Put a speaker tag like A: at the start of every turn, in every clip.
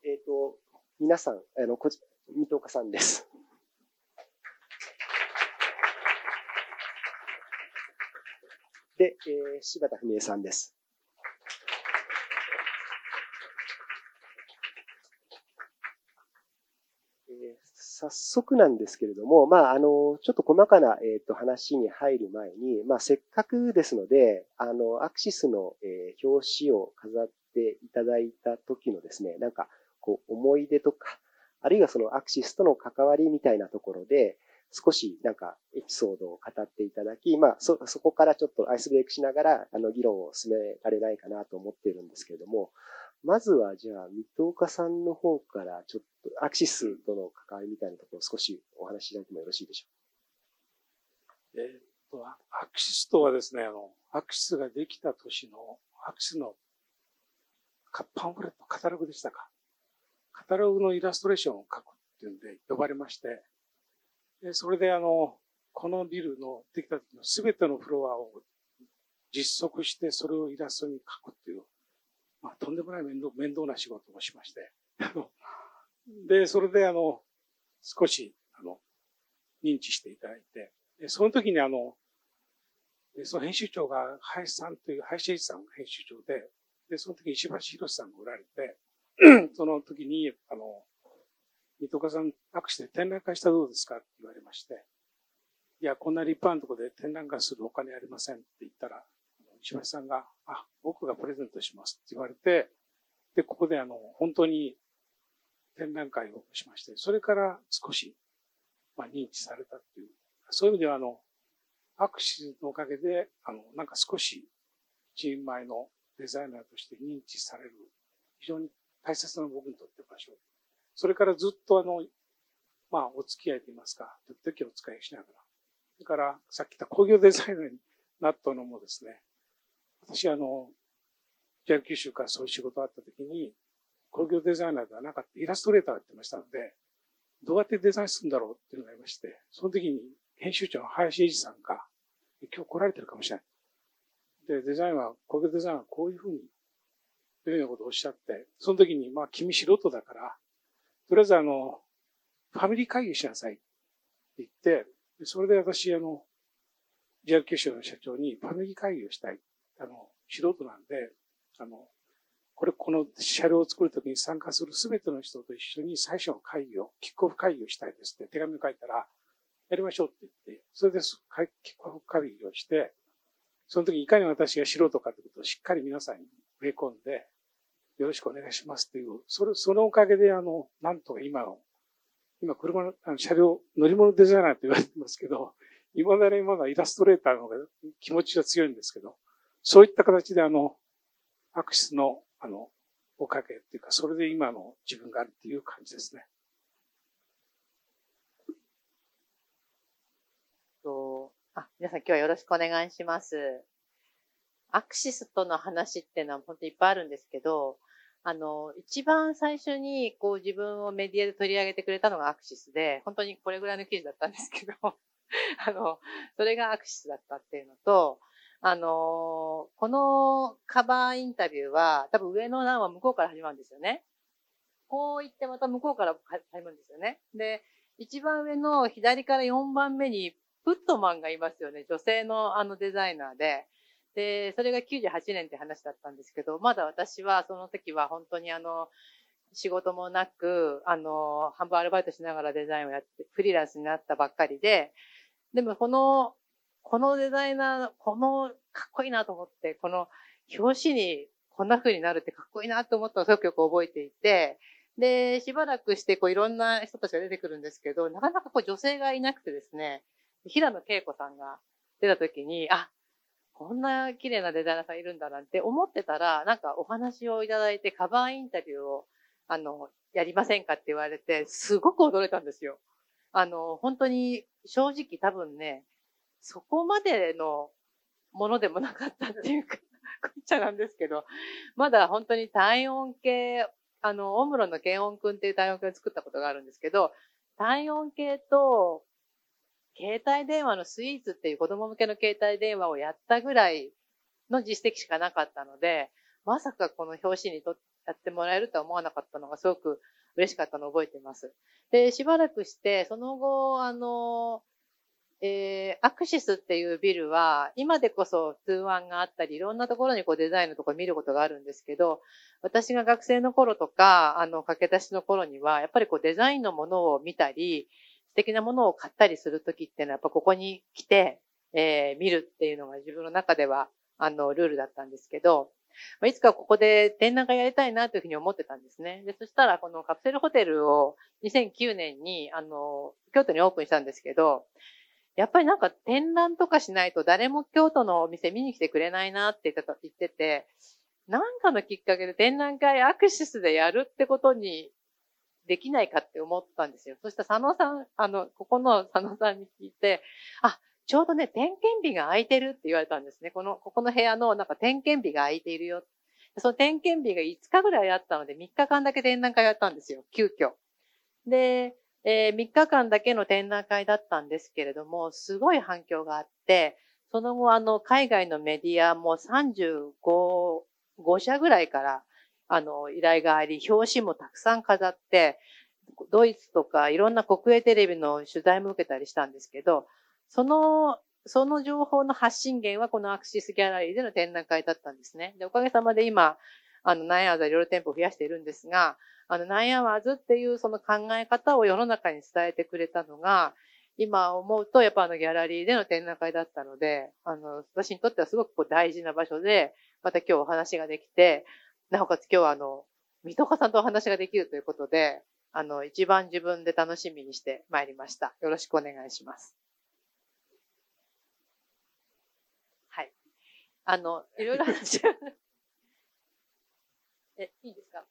A: 皆さん、水戸岡さんです。で、柴田文江さんです。早速なんですけれども、ちょっと細かな、話に入る前に、せっかくですので、アクシスの、表紙を飾っていただいた時のですね、なんか、思い出とか、あるいはそのアクシスとの関わりみたいなところで、少しなんかエピソードを語っていただき、そこからちょっとアイスブレイクしながら、議論を進められないかなと思っているんですけれども、まずはじゃあ、水戸岡さんの方からちょっとアクシスとの関わりみたいなところを少しお話しいただいてもよろしいでしょ
B: うか。アクシスとはですね、アクシスができた年のアクシスのパンフレット、カタログでしたか。カタログのイラストレーションを描くっていうんで呼ばれまして、でそれでこのビルのできた時のすべてのフロアを実測して、それをイラストに描くっていう、とんでもない面倒な仕事をしまして。で、それで少し、認知していただいて、でその時にその編集長が林さんという、林英二さんが編集長で、その時石橋博さんがおられて、その時に、水戸岡さん、握手で展覧会したらどうですかって言われまして、いや、こんな立派なところで展覧会するお金ありませんって言ったら、石橋さんが、僕がプレゼントしますって言われて、で、ここで本当に展覧会をしまして、それから少し、認知されたっていう、そういう意味ではアクシスのおかげで、なんか少し一人前のデザイナーとして認知される、非常に大切な僕にとって場所。それからずっとお付き合いといいますか、時々お使いしながら。それからさっき言った工業デザイナーになったのもですね、私JR 九州からそういう仕事があった時に、工業デザイナーではなかったイラストレーターをやってましたので、どうやってデザインするんだろうっていうのがありまして、その時に編集長の林英二さんが、今日来られてるかもしれない。で、デザインは、工業デザインはこういうふうに、というようなことをおっしゃって、その時に、君素人だから、とりあえずファミリー会議しなさいって言って、それで私、JR 九州の社長にファミリー会議をしたい。素人なんで、この車両を作るときに参加するすべての人と一緒に最初の会議を、キックオフ会議をしたいですって手紙を書いたら、やりましょうって言って、それでキックオフ会議をして、その時いかに私が素人かということをしっかり皆さんに植え込んで、よろしくお願いしますっていう、そのおかげでなんとか今車両、乗り物デザイナーと言われてますけど、今だにまだイラストレーターの方が気持ちが強いんですけど、そういった形でアクシスのおかげっていうか、それで今の自分があるっていう感じですね。
C: 皆さん今日はよろしくお願いします。アクシスとの話っていうのは本当にいっぱいあるんですけど、一番最初に自分をメディアで取り上げてくれたのがアクシスで、本当にこれぐらいの記事だったんですけど、それがアクシスだったっていうのと、このカバーインタビューは、多分上の欄は向こうから始まるんですよね。こう言ってまた向こうから始まるんですよね。で、一番上の左から4番目にプットマンがいますよね。女性のデザイナーで。で、それが98年って話だったんですけど、まだ私はその時は本当に仕事もなく、半分アルバイトしながらデザインをやって、フリーランスになったばっかりで、でもこのデザイナー、かっこいいなと思って、この表紙にこんな風になるってかっこいいなと思ったのをすごくよく覚えていて、で、しばらくしていろんな人たちが出てくるんですけど、なかなか女性がいなくてですね、平野恵子さんが出た時に、こんな綺麗なデザイナーさんいるんだなんて思ってたら、なんかお話をいただいてカバーインタビューを、やりませんかって言われて、すごく驚いたんですよ。本当に正直多分ね、そこまでのものでもなかったっていうか、こっちゃなんですけど、まだ本当に体温計、オムロの検温くんっていう体温計を作ったことがあるんですけど、体温計と、携帯電話のスイーツっていう子供向けの携帯電話をやったぐらいの実績しかなかったので、 まさかこの表紙にやってもらえるとは思わなかったのがすごく嬉しかったのを覚えています。で、しばらくして、その後、アクシスっていうビルは、今でこそ通販があったり、いろんなところにこうデザインのところ見ることがあるんですけど、私が学生の頃とか、駆け出しの頃には、やっぱりこうデザインのものを見たり、素敵なものを買ったりするときっていうのは、やっぱここに来て、見るっていうのが自分の中では、ルールだったんですけど、いつかここで展覧会やりたいなというふうに思ってたんですね。で、そしたらこのカプセルホテルを2009年に、京都にオープンしたんですけど、やっぱりなんか展覧とかしないと誰も京都のお店見に来てくれないなって言ってて、なんかのきっかけで展覧会アクシスでやるってことにできないかって思ったんですよ。そしたら佐野さん、ここの佐野さんに聞いて、ちょうどね、点検日が空いてるって言われたんですね。ここの部屋のなんか点検日が空いているよ。その点検日が5日ぐらいあったので、3日間だけ展覧会やったんですよ。急遽。で、3日間だけの展覧会だったんですけれども、すごい反響があって、その後、海外のメディアも35社ぐらいから、依頼があり、表紙もたくさん飾って、ドイツとかいろんな国営テレビの取材も受けたりしたんですけど、その情報の発信源はこのアクシスギャラリーでの展覧会だったんですね。で、おかげさまで今、ナイアワーズいろいろ店舗を増やしているんですが、ナイアワーズっていうその考え方を世の中に伝えてくれたのが、今思うとやっぱギャラリーでの展覧会だったので、私にとってはすごくこう大事な場所で、また今日お話ができて、なおかつ今日は水戸岡さんとお話ができるということで、一番自分で楽しみにしてまいりました。よろしくお願いします。はい。いろいろ話がいいですか？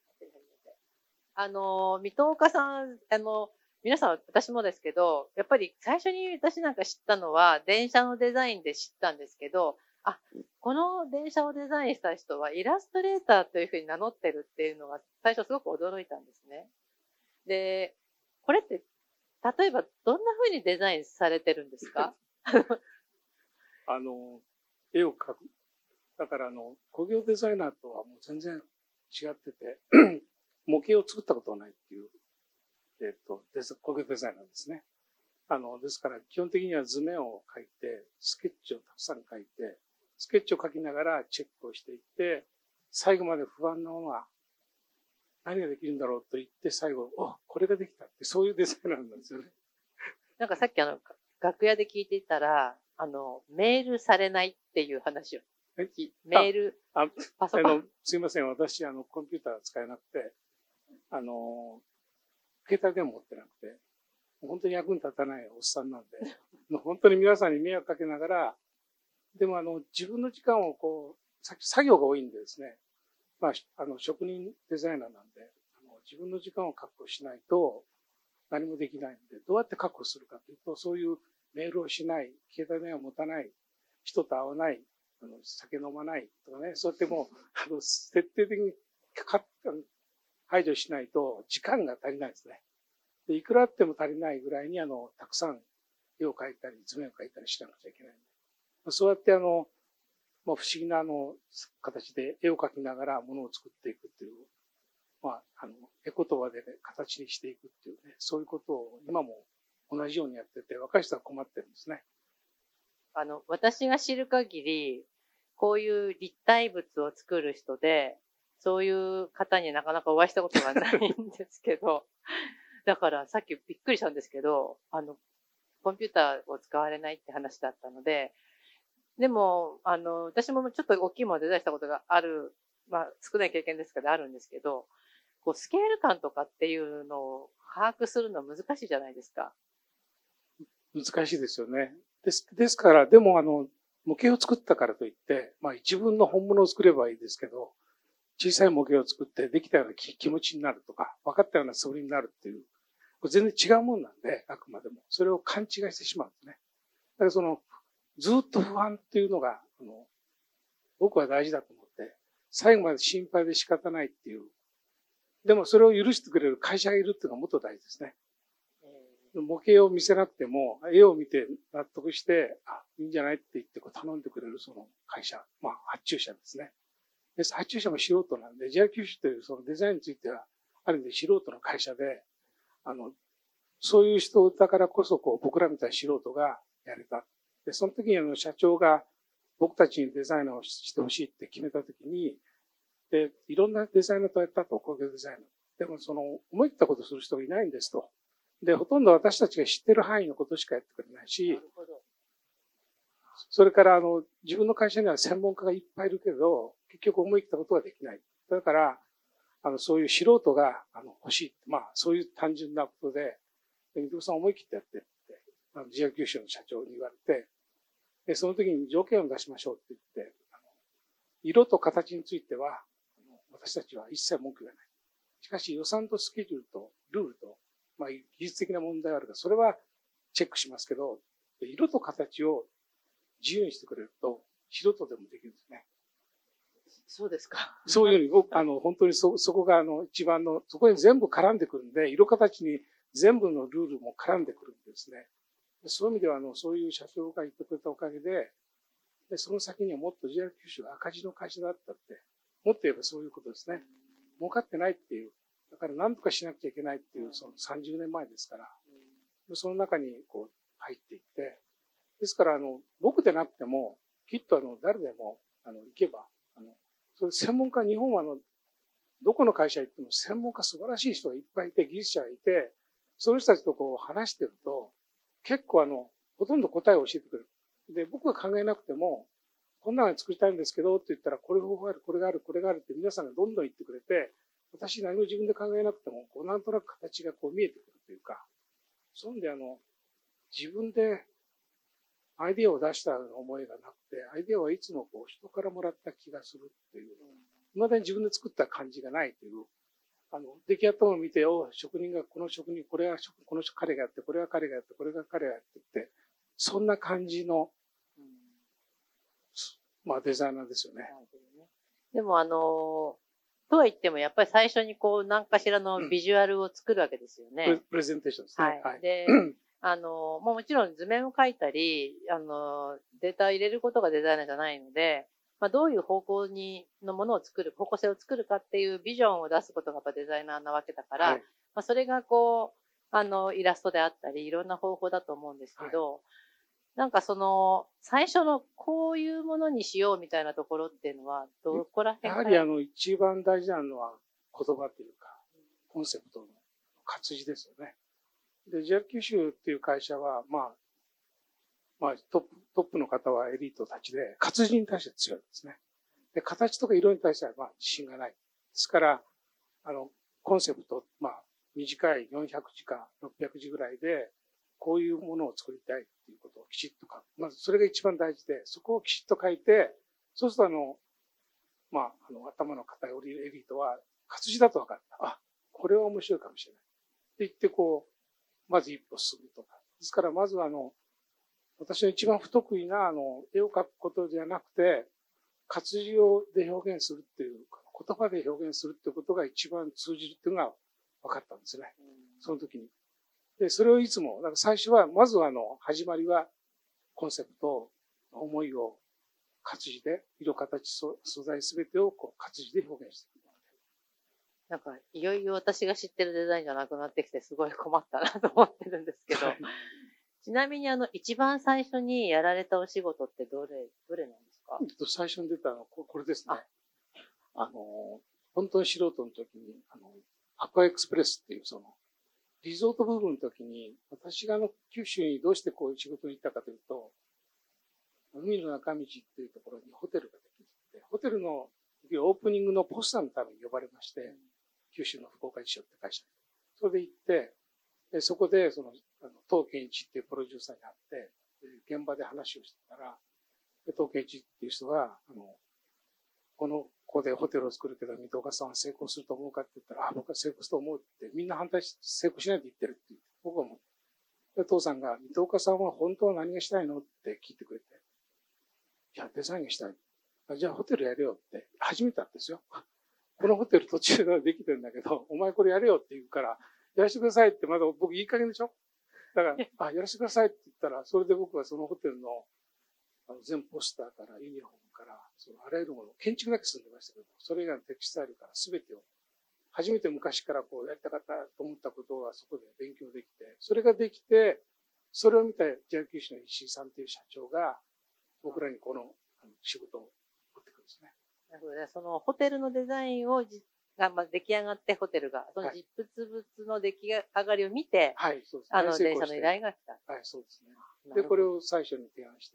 C: 水戸岡さん、皆さん、私もですけど、やっぱり最初に私なんか知ったのは、電車のデザインで知ったんですけど、この電車をデザインした人はイラストレーターというふうに名乗ってるっていうのが最初すごく驚いたんですね。で、これって、例えばどんなふうにデザインされてるんですか？
B: 絵を描く。だから工業デザイナーとはもう全然違ってて、模型を作ったことはないっていう、工業デザイナーですね。ですから基本的には図面を描いて、スケッチをたくさん描いて、スケッチを描きながらチェックをしていって、最後まで不安なものは何ができるんだろうと言って、最後、これができたって、そういうデザイナーなんですよね。
C: なんかさっき楽屋で聞いていたら、メールされないっていう話を。メール、パソコン。
B: すいません、私、コンピューター使えなくて、携帯電話持ってなくて、本当に役に立たないおっさんなんで、本当に皆さんに迷惑かけながら、でも自分の時間を作業が多いんでですね、職人デザイナーなんで、自分の時間を確保しないと何もできないんで、どうやって確保するかというと、そういうメールをしない、携帯電話を持たない、人と会わない、酒飲まないとかね、そうやってもう、徹底的に排除しないと時間が足りないですね。で、いくらあっても足りないぐらいにたくさん絵を描いたり、図面を描いたりしなくちゃいけない。そうやって不思議な形で絵を描きながらものを作っていくっていう、絵言葉で、形にしていくっていうね、そういうことを今も同じようにやってて、若い人は困ってるんですね。
C: 私が知る限り、こういう立体物を作る人で、そういう方になかなかお会いしたことがないんですけど、だからさっきびっくりしたんですけど、コンピューターを使われないって話だったので、でも、私もちょっと大きいものをデザインしたことがある、少ない経験ですけどあるんですけど、スケール感とかっていうのを把握するのは難しいじゃないですか。
B: 難しいですよね。ですから、でも模型を作ったからといって、自分の本物を作ればいいですけど、小さい模型を作ってできたような気持ちになるとか、分かったような素振りになるっていう、全然違うもんなんで、あくまでも。それを勘違いしてしまうんですね。だからずっと不安っていうのが、僕は大事だと思って、最後まで心配で仕方ないっていう。でもそれを許してくれる会社がいるっていうのがもっと大事ですね。模型を見せなくても、絵を見て納得して、いいんじゃないって言って頼んでくれるその会社、発注者ですね。 で、発注者も素人なんで、JR 九州というそのデザインについては、ある意味で素人の会社で、そういう人だからこそ、僕らみたいな素人がやれた。で、その時に社長が僕たちにデザイナーをしてほしいって決めた時に、で、いろんなデザイナーとやったと、工業デザイナー。でも思い切ったことする人がいないんですと。で、ほとんど私たちが知ってる範囲のことしかやってくれないし、それから自分の会社には専門家がいっぱいいるけど、結局思い切ったことができない。だから、そういう素人が欲しい。まあ、そういう単純なことで、水戸さん思い切ってやってって、JR 九州の社長に言われて、で、その時に条件を出しましょうって言って、色と形については、私たちは一切文句がない。しかし予算とスケジュールとルールと、まあ、技術的な問題があるから、それはチェックしますけど、色と形を自由にしてくれると、素人でもできるんですね。
C: そうですか。
B: そういうふうに、本当にそこが一番の、そこに全部絡んでくるんで、色形に全部のルールも絡んでくるんですね。そういう意味では、そういう社長が言ってくれたおかげで、その先にはもっと JR 九州が赤字の会社だったって、もっと言えばそういうことですね。儲かってないっていう。だから何とかしなきゃいけないっていう、その30年前ですから、その中に入っていって、ですから、僕でなくても、きっと誰でも、行けば、それ専門家、日本はどこの会社行っても専門家素晴らしい人がいっぱいいて、技術者がいて、その人たちと話してると、結構ほとんど答えを教えてくれる。で、僕が考えなくても、こんなの作りたいんですけどって言ったら、これ方法がある、これがある、これがあるって皆さんがどんどん言ってくれて、私何も自分で考えなくても、なんとなく形が見えてくるというか、そういう意味で自分でアイディアを出した思いがなくて、アイディアはいつも人からもらった気がするっていう、未だに自分で作った感じがないという、出来上がったものを見て、職人が、この職人、これはこの彼がやって、これは彼がやって、これが彼がやってって、そんな感じの、まあデザイナーですよね。
C: でもとは言ってもやっぱり最初に何かしらのビジュアルを作るわけですよね。
B: プレゼンテーションですね。
C: はい。で、もちろん図面を描いたり、データを入れることがデザイナーじゃないので、まあ、どういう方向のものを作る、方向性を作るかっていうビジョンを出すことがやっぱデザイナーなわけだから、はい、まあ、それがイラストであったり、いろんな方法だと思うんですけど、はい、なんか最初のこういうものにしようみたいなところっていうのは、どこら辺から？
B: やはり一番大事なのは言葉というか、コンセプトの活字ですよね。で、JR 九州っていう会社は、まあトップの方はエリートたちで、活字に対して強いですね。で、形とか色に対しては、自信がない。ですから、コンセプト、短い400字か600字ぐらいで、こういうものを作りたいっていうことをきちっと書く。まずそれが一番大事で、そこをきちっと書いて、そうすると頭の固いエリートは、活字だと分かった。あ、これは面白いかもしれない。って言ってまず一歩進むとか。ですから、まず私の一番不得意な絵を描くことじゃなくて、活字で表現するっていう、言葉で表現するっていうことが一番通じるっていうのが分かったんですね。その時に。で、それをいつも、最初は、まず始まりは、コンセプト、思いを活字で、色形、素材すべてを活字で表現していく。
C: なんか、いよいよ私が知ってるデザインじゃなくなってきて、すごい困ったなと思ってるんですけど、ちなみに一番最初にやられたお仕事ってどれなんですか？
B: 最初に出たこれですね。本当に素人の時に、アクアエクスプレスっていうリゾート部分の時に、私が九州にどうしてこういう仕事に行ったかというと、海の中道っていうところにホテルができて、ホテルのオープニングのポスターのために呼ばれまして、九州の福岡地所って会社に。それで行って、でそこで東健一っていうプロデューサーに会って、現場で話をしてたら、東健一っていう人が、ここでホテルを作るけど、水戸岡さんは成功すると思うかって言ったら、僕は成功すると思うって、みんな反対して成功しないと言ってるって言って、僕は思う。で、父さんが、水戸岡さんは本当は何がしたいのって聞いてくれて、いや、デザインがしたい。じゃあホテルやれよって始めたんですよ。このホテル途中でできてるんだけど、お前これやれよって言うから、やらせてくださいってまだ僕いい加減でしょ？だから、やらせてくださいって言ったら、それで僕はそのホテルの全ポスターからユニフォームから、あらゆるもの、建築だけ住んでましたけど、それ以外のテキスタイルから全てを、初めて昔からやりたかったと思ったことはそこで勉強できて、それができて、それを見た JR 九州の石井さんという社長が、僕らにこの仕事を送ってくるんですね。
C: なるほどね。そのホテルのデザインが出来上がってホテルが、その実物の出来上がりを見て、
B: はい、そうですね。
C: 電車の依頼が来た。
B: はい、そうですね。で、これを最初に提案して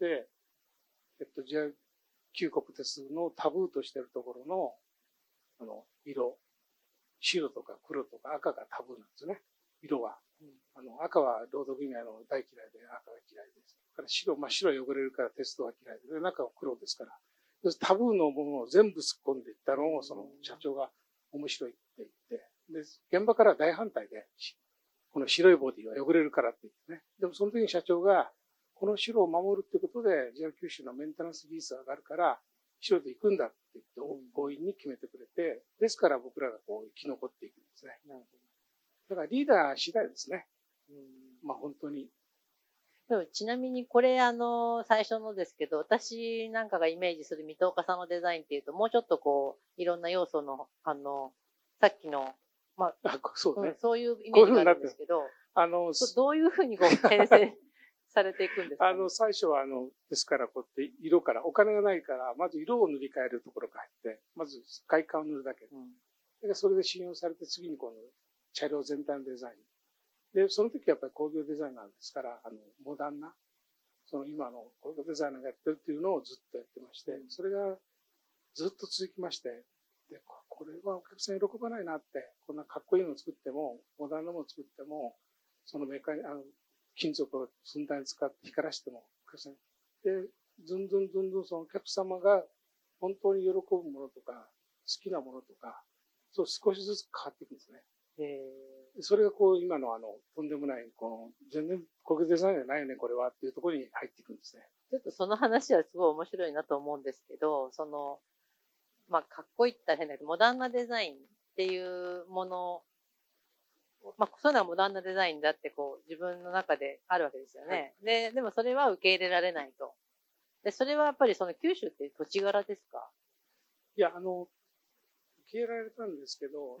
B: 、JR 九国鉄のタブーとしているところの、色、白とか黒とか赤がタブーなんですね。色は。赤は労働組合の大嫌いで赤が嫌いです。だから白は汚れるから鉄道は嫌いで、中は黒ですから。タブーのものを全部突っ込んでいったのを、その社長が面白いって言って、で、現場から大反対で、この白いボディは汚れるからって言ってね。でもその時に社長が、この白を守るってことで、JR 九州のメンテナンス技術が上がるから、白で行くんだって言って、強引に決めてくれて、ですから僕らが生き残っていくんですね。だからリーダー次第ですね。本当に。
C: でもちなみにこれ最初のですけど、私なんかがイメージする水戸岡さんのデザインっていうと、もうちょっといろんな要素の、さっきの、
B: そうね。
C: そういうイメージがあるんですけど、どういうふうに編成されていくんですか、ね、
B: 最初はですからこうやって色から、お金がないから、まず色を塗り替えるところから入って、まず外観を塗るだけ。それで信用されて次にこの車両全体のデザイン。で、その時はやっぱり工業デザイナーですから、モダンな、今の工業デザイナーがやってるっていうのをずっとやってまして、それがずっと続きまして、で、これはお客さん喜ばないなって、こんなかっこいいのを作っても、モダンなものを作っても、そのメーカーに、金属をふんだんに使って光らしても、お客さんで、ずんずんそのお客様が本当に喜ぶものとか、好きなものとか、そう少しずつ変わっていくんですね。それが今のとんでもない、全然工業デザインじゃないよね、これはっていうところに入っていくんですね。
C: ちょっとその話はすごい面白いなと思うんですけど、かっこいいって言ったら変だけど、モダンなデザインっていうもの、そういうのはモダンなデザインだって自分の中であるわけですよね。はい、でもそれは受け入れられないと。で、それはやっぱり九州って土地柄ですか？
B: いや、受け入れられたんですけど、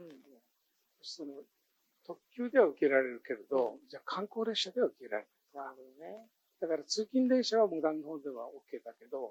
B: 特急では受けられるけれど、じゃあ観光列車では受けられない。なるほどね。だから通勤電車はモダンの方では OK だけど、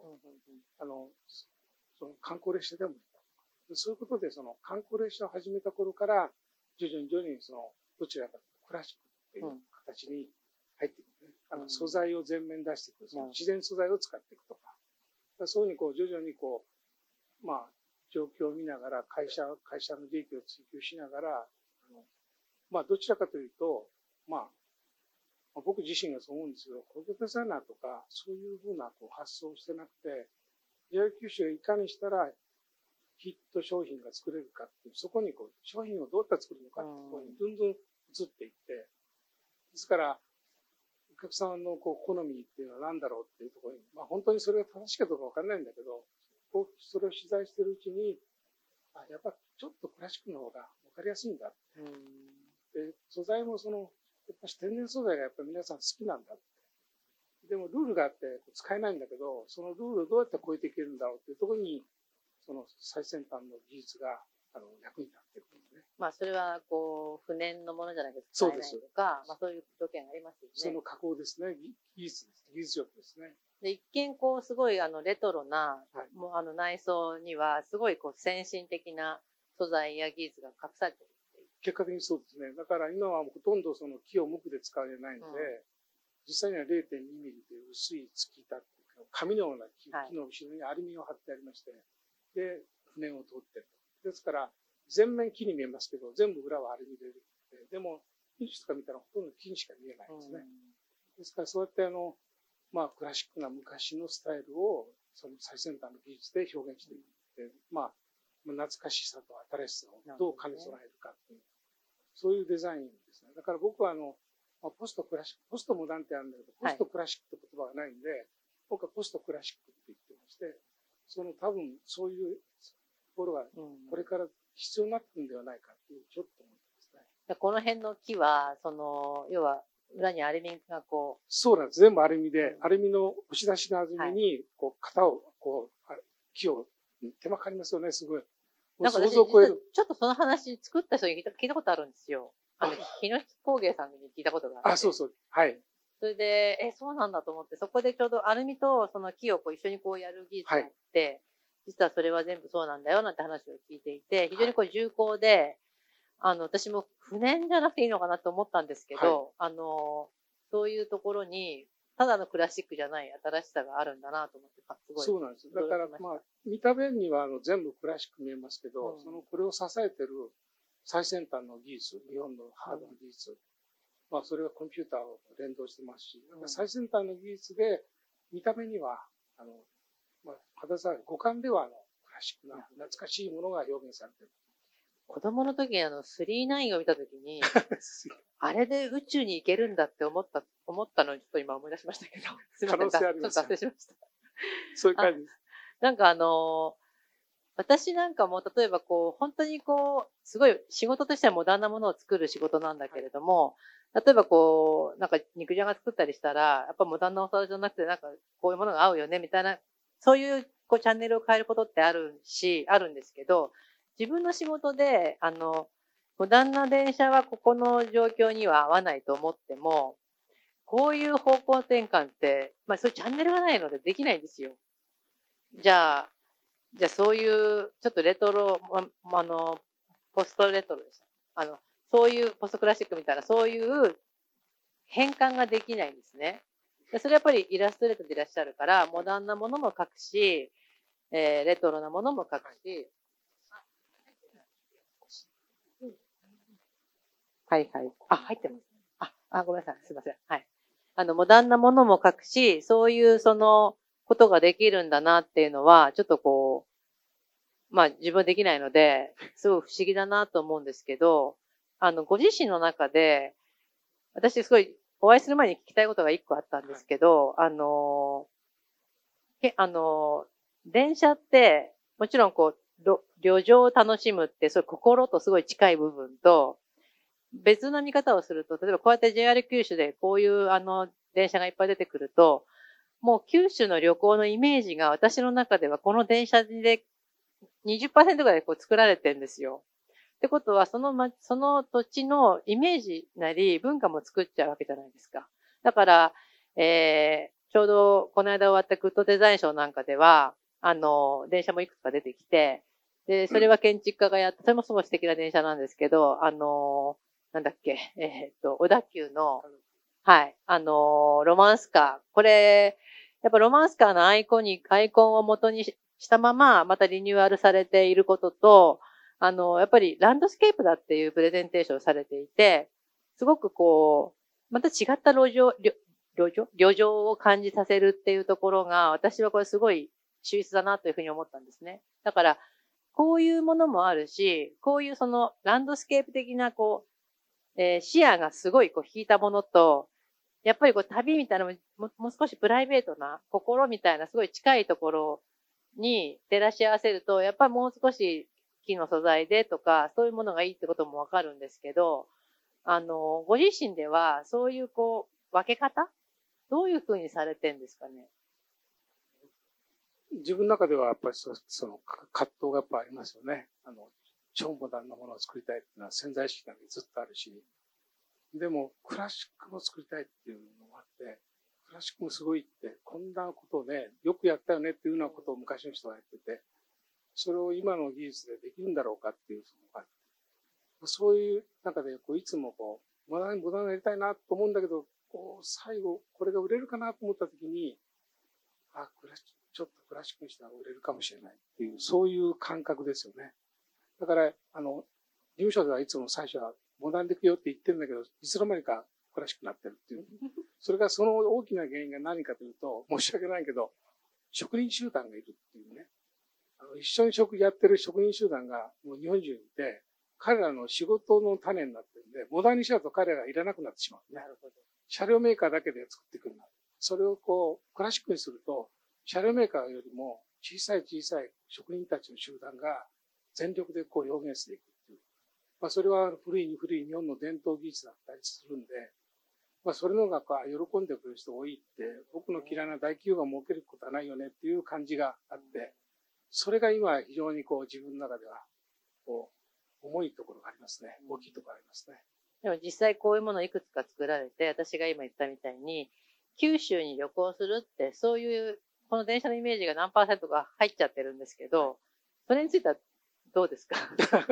B: その観光列車では無理だ。そういうことで、観光列車を始めた頃から、徐々にどちらかクラシックっていう形に入っていくね。素材を全面出していく。自然素材を使っていくとか。そういうふうに徐々に状況を見ながら、会社の利益を追求しながら、どちらかというと、僕自身がそう思うんですけど、工業デザイナーとか、そういうふうな発想をしてなくて、JR 九州がいかにしたらヒット商品が作れるかっていう、そこに商品をどうやって作るのかっていうところにどんどん移っていって、ですから、お客さんの好みっていうのは何だろうっていうところに、本当にそれが正しいかどうかわかんないんだけど、それを取材してるうちに、やっぱちょっとクラシックの方がわかりやすいんだ。で、素材もやっぱし天然素材がやっぱり皆さん好きなんだって。でもルールがあって使えないんだけど、そのルールをどうやって超えていけるんだろうっていうところに、最先端の技術が役に立っているんですね。
C: それは不燃のものじゃないですか。そうです。とか、そういう条件がありますよね。
B: その加工ですね。技術力ですね。
C: で、一見すごいレトロな、もう内装にはすごい先進的な素材や技術が隠されている。
B: 結果的にそうですね。だから今はほとんど木を無垢で使われないので、実際には 0.2 ミリという薄い突き板っていうか、紙のような木の後ろにアルミを貼ってありまして、で、船を通ってると。ですから、全面木に見えますけど、全部裏はアルミでできて、でも、技術とか見たらほとんど木にしか見えないんですね。ですから、そうやってクラシックな昔のスタイルを、最先端の技術で表現していって、懐かしさと新しさをどう兼ね備えるかっていう、そういうデザインですね。だから僕はポストクラシック、ポストモダンってあるんだけど、ポストクラシックって言葉がないんで、僕はポストクラシックって言ってまして、多分そういうところがこれから必要になってくるんではないかっていうちょっと思ってますね。
C: この辺の木は、要は裏にアルミが
B: そうなんです。全部アルミで、アルミの押し出しのアルミに、型を木を、手間かかりますよね、すごい。
C: なんか私、
B: 想像を超える。
C: ちょっとその話作った人に聞いたことあるんですよ。日野工芸さんに聞いたことがあって。
B: あ、そうそう。はい。
C: それで、そうなんだと思って、そこでちょうどアルミとその木をこう一緒にこうやる技術があって、実はそれは全部そうなんだよなんて話を聞いていて、非常にこう重厚で、私も不燃じゃなくていいのかなと思ったんですけど、そういうところに、ただのクラシックじゃない新しさがあるんだなと思って、すごい。
B: そうなんです。だから、見た目には全部クラシック見えますけど、これを支えてる最先端の技術、日本のハードの技術、それはコンピューターを連動してますし、最先端の技術で、見た目には、肌触り、五感ではクラシックな懐かしいものが表現されている。
C: 子供の時に39を見た時に、あれで宇宙に行けるんだって思ったのをちょっと今思い出しましたけど、すみません、ちょっと脱線しました。
B: そういう感じです。
C: なんか私なんかも例えばこう、本当にこう、すごい仕事としてはモダンなものを作る仕事なんだけれども、例えばこう、なんか肉じゃが作ったりしたら、やっぱモダンなお皿じゃなくてなんかこういうものが合うよね、みたいな、そういうこうチャンネルを変えることってあるんですけど、自分の仕事で、モダンな電車はここの状況には合わないと思っても、こういう方向転換って、そういうチャンネルがないのでできないんですよ。じゃあそういう、ちょっとレトロ、ポストレトロでした。そういうポストクラシックみたいな、そういう変換ができないんですね。それやっぱりイラストレーターでいらっしゃるから、モダンなものも描くし、レトロなものも描くし、はいはい。入ってます。ごめんなさい。すいません。はい。モダンなものも描くし、そういうことができるんだなっていうのは、ちょっとこう、自分できないので、すごい不思議だなと思うんですけど、ご自身の中で、私すごいお会いする前に聞きたいことが一個あったんですけど、電車って、もちろんこう、旅情を楽しむって、そういう心とすごい近い部分と、別の見方をすると、例えばこうやって JR 九州でこういう電車がいっぱい出てくると、もう九州の旅行のイメージが私の中ではこの電車で20%ぐらいこう作られてるんですよ。ってことは、その土地のイメージなり文化も作っちゃうわけじゃないですか。だから、ちょうどこの間終わったグッドデザイン賞なんかでは、電車もいくつか出てきて、で、それは建築家がやった、それもすごい素敵な電車なんですけど、なんだっけ、小田急の、はい、ロマンスカー。これ、やっぱロマンスカーのアイコンを元にしたまま、またリニューアルされていることと、やっぱりランドスケープだっていうプレゼンテーションをされていて、すごくこう、また違った旅情を感じさせるっていうところが、私はこれすごい秀逸だなというふうに思ったんですね。だから、こういうものもあるし、こういうランドスケープ的なこう、視野がすごいこう引いたものと、やっぱりこう旅みたいなもう少しプライベートな心みたいなすごい近いところに照らし合わせると、やっぱりもう少し木の素材でとか、そういうものがいいってこともわかるんですけど、ご自身ではそういうこう、分け方どういうふうにされてんですかね。
B: 自分の中ではやっぱりその葛藤がやっぱありますよね。超モダンなものを作りたいっていうのは潜在意識がずっとあるし、でもクラシックも作りたいっていうのがあって、クラシックもすごいって、こんなことをね、よくやったよねっていうようなことを昔の人がやってて、それを今の技術でできるんだろうかっていうのがある。そういう中でいつもこう、モダンにやりたいなと思うんだけど、こう最後これが売れるかなと思った時に、ちょっとクラシックにしたら売れるかもしれないっていう、そういう感覚ですよね。だから、事務所ではいつも最初はモダンでいくよって言ってるんだけど、いつの間にかクラシックになってるっていう。それがその大きな原因が何かというと、申し訳ないけど、職人集団がいるっていうね。一緒にやってる職人集団がもう日本中にいて、彼らの仕事の種になってるんで、モダンにしちゃうと彼らがいらなくなってしまう。なるほど。車両メーカーだけで作っていくんだ。それをこう、クラシックにすると、車両メーカーよりも小さい職人たちの集団が全力でこう表現していくっていう。それは古い日本の伝統技術だったりするんで、それのが喜んでくれる人多いって、僕の嫌いな大企業が儲けることはないよねっていう感じがあって、 それが今非常にこう自分の中では、こう、重いところがありますね。大きいところがありますね。
C: でも実際こういうものをいくつか作られて、私が今言ったみたいに、九州に旅行するって、そういう、この電車のイメージが何%か入っちゃってるんですけど、それについてはどうですか？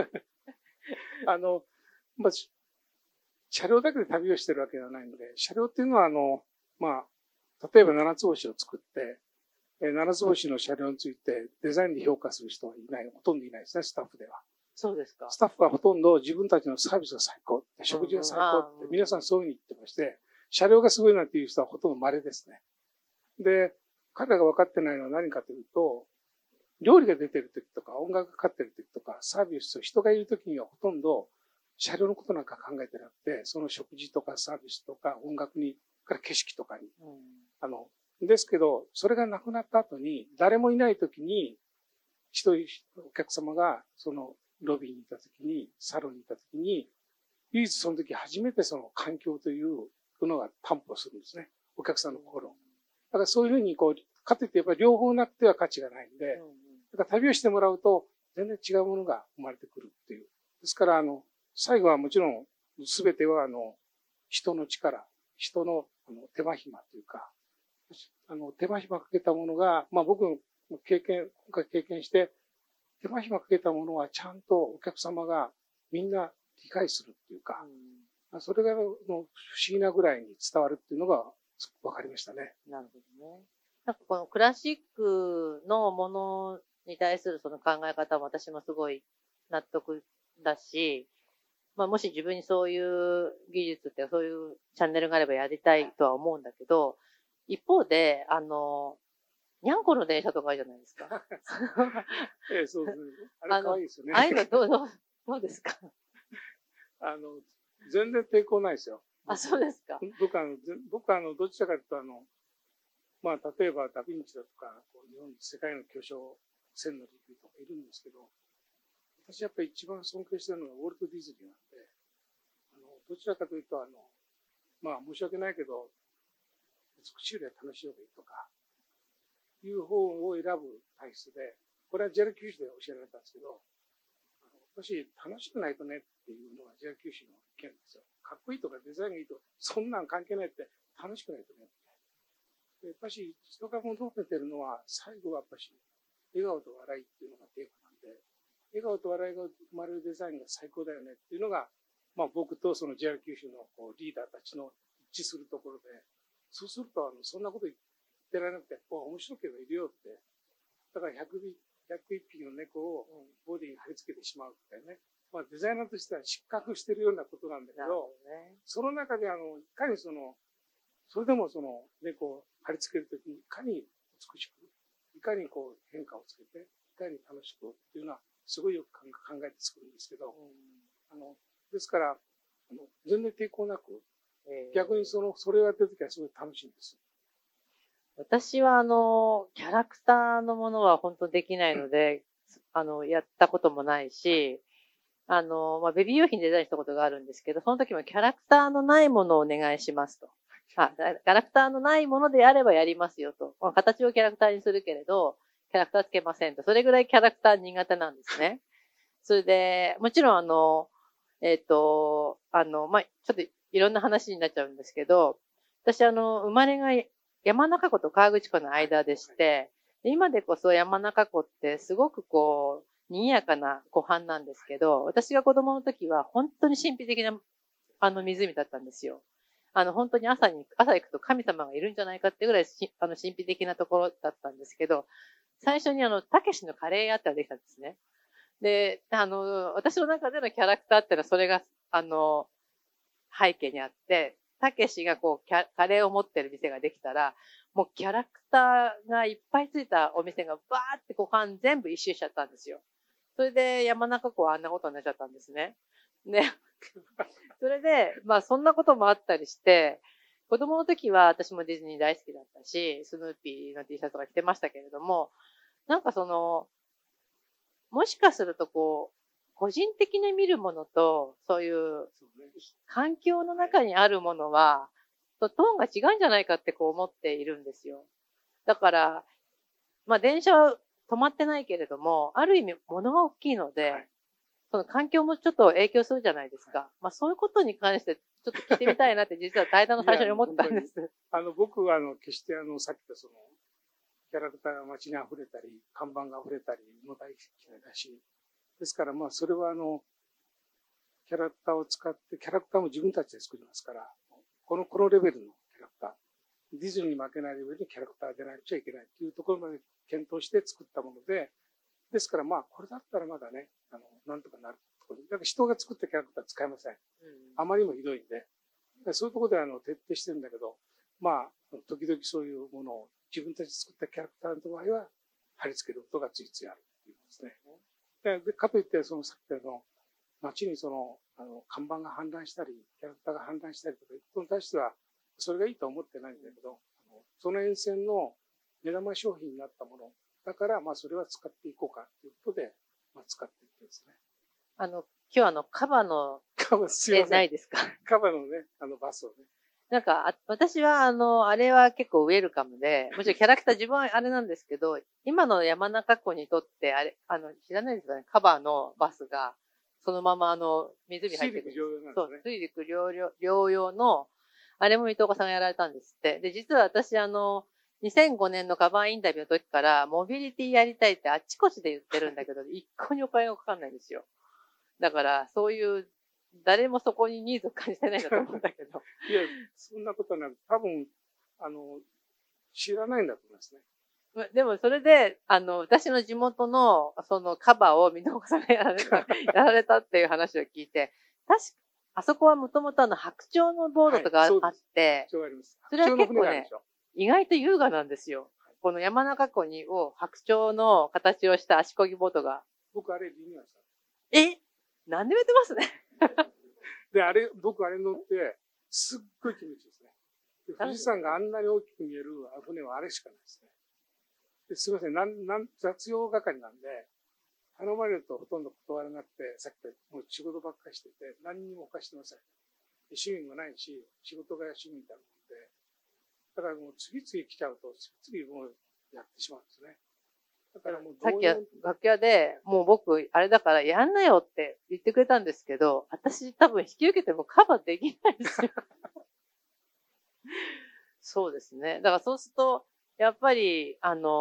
B: まあ、車両だけで旅をしてるわけではないので、車両っていうのはまあ、例えば七つ星を作って、七つ星の車両についてデザインで評価する人はいない、ほとんどいないですね、スタッフでは。
C: そうですか。
B: スタッフはほとんど自分たちのサービスが最高って、食事が最高って、皆さんそういうふうに言ってまして、車両がすごいなんていう人はほとんど稀ですね。で、彼らが分かってないのは何かというと、料理が出てる時とか、音楽がかかってる時とか、サービスと人がいる時にはほとんど車両のことなんか考えてなくて、その食事とかサービスとか音楽に、から景色とかに。ですけど、それがなくなった後に、誰もいない時に、一人お客様がそのロビーにいた時に、サロンにいた時に、唯一その時初めてその環境というのが担保するんですね。お客さんの心。だからそういうふうにこう、かといってやっぱり両方なくては価値がないんで、だから旅をしてもらうと全然違うものが生まれてくるっていう。ですから最後はもちろん全ては人の力、人の手間暇というか、手間暇かけたものが、まあ僕の今回経験して、手間暇かけたものはちゃんとお客様がみんな理解するっていうか、それが不思議なぐらいに伝わるっていうのが分かりましたね。
C: なるほどね。なんかこのクラシックのものに対するその考え方も私もすごい納得だし、まあもし自分にそういう技術ってそういうチャンネルがあればやりたいとは思うんだけど、一方で、にゃんこの電車とかあるじゃないですか。
B: そうですね。あれ可愛いですよね。
C: ああいうのどうですか？
B: 全然抵抗ないですよ。
C: あ、そうですか。
B: 僕はどちらかというとまあ、例えばダヴィンチだとか、日本世界の巨匠、千の利休とかいるんですけど、私やっぱり一番尊敬してるのがウォルト・ディズニーなんで、どちらかというとまあ申し訳ないけど、美しいよりは楽しい方がいいとか、いう方を選ぶ体質で、これはジェル九州で教えられたんですけど、私楽しくないとねっていうのがジェル九州の意見ですよ。かっこいいとかデザインがいいと、そんなん関係ないって楽しくないとね。やっぱし人が求めてるのは、最後はやっぱし笑顔と笑いっていうのがテーマなんで、笑顔と笑いが生まれるデザインが最高だよねっていうのが、まあ僕とその JR 九州のリーダーたちの一致するところで、そうするとそんなこと言ってられなくて、面白ければいるよって。だから101匹の猫をボディに貼り付けてしまうみたいなね。まあデザイナーとしては失格してるようなことなんだけど、その中でいかにそれでもその猫を貼り付けるときにいかに美しく、いかに変化をつけて、いかに楽しくっていうのはすごいよく考えて作るんですけど、ですから、全然抵抗なく、逆にそれをやってるときはすごい楽しいんです。
C: 私はキャラクターのものは本当できないので、やったこともないし、まあ、ベビー用品デザインしたことがあるんですけど、その時もキャラクターのないものをお願いしますと。キャラクターのないものであればやりますよと。まあ、形をキャラクターにするけれど、キャラクターつけませんと。それぐらいキャラクター苦手なんですね。それで、もちろんまあ、ちょっといろんな話になっちゃうんですけど、私生まれが山中湖と河口湖の間でして、今でこそ山中湖ってすごく賑やかな湖畔なんですけど、私が子供の時は本当に神秘的な湖だったんですよ。本当に朝行くと神様がいるんじゃないかっていうぐらい神秘的なところだったんですけど、最初にたけしのカレー屋ってのができたんですね。で、私の中でのキャラクターってのはそれが、背景にあって、たけしがカレーを持ってる店ができたら、もうキャラクターがいっぱいついたお店がバーって湖畔全部一周しちゃったんですよ。それで山中湖はあんなことになっちゃったんですね。で、それで、まあそんなこともあったりして、子供の時は私もディズニー大好きだったし、スヌーピーの T シャツとか着てましたけれども、なんかもしかすると個人的に見るものと、そういう環境の中にあるものは、トーンが違うんじゃないかって思っているんですよ。だから、まあ電車は止まってないけれども、ある意味物が大きいので、
B: はい、
C: その環境もちょっと影響するじゃないですか。まあそういうことに関してちょっと聞いてみたいなって実は対談の最初に思ってたんです。
B: 僕は決してさっき言ったキャラクターが街に溢れたり、看板が溢れたりも大好きだし、ですからまあそれはキャラクターを使って、キャラクターも自分たちで作りますから、このレベルのキャラクター、ディズニーに負けないレベルのキャラクターでないといけないというところまで検討して作ったもので、ですからまあこれだったらまだね、なんとかなるところ。だから人が作ったキャラクター使えません。あまりにもひどいんで。そういうところで徹底してるんだけど、まあ、時々そういうものを自分たち作ったキャラクターの場合は貼り付けることがついついあるっていうんですね。で、かといって、さっき言った街に看板が氾濫したり、キャラクターが氾濫したりとかいうことに対しては、それがいいとは思ってないんだけど、その沿線の目玉商品になったものだから、まあ、それは使っていこうかということで、まあ、使っていってですね。
C: 今日カバの絵ないですか？
B: カバのね、バスをね。
C: なんか、私はあれは結構ウェルカムで、もちろんキャラクター自分はあれなんですけど、今の山中湖にとって、あれ、知らないですかね、カバのバスが、そのまま湖入ってくる。
B: 水陸両用なんですね。
C: そう、水陸両用の、あれも水戸岡さんがやられたんですって。で、実は私2005年のカバーインタビューの時から、モビリティやりたいってあっちこちで言ってるんだけど、一向にお金がかかんないんですよ。だから、そういう、誰もそこにニーズを感じてないんだと思うんだけど。
B: いや、そんなことはなく、多分、知らないんだと思いますね。
C: でも、それで、私の地元の、そのカバーを水戸岡さんがやられたっていう話を聞いて、あそこはもともと白鳥のボードとかあって、
B: 白鳥あります。
C: それは結構ね、意外と優雅なんですよ。この山中湖を白鳥の形をした足漕ぎボートが。
B: 僕あれリニューアルした。
C: なんでもやってますね。
B: で、僕あれ乗って、すっごい気持ちいいですね。で富士山があんなに大きく見える船はあれしかないですね。ですいません、雑用係なんで、頼まれるとほとんど断らなくて、さっき言ったもう仕事ばっかりしてて、何にも犯してません。趣味もないし、仕事が趣味みたいなもんで、だからもう次々来ちゃうと、次々もうやってしまうんですね。だからもう
C: さっき楽屋で、もう僕、あれだからやんなよって言ってくれたんですけど、私多分引き受けてもカバーできないですよ。そうですね。だからそうすると、やっぱり、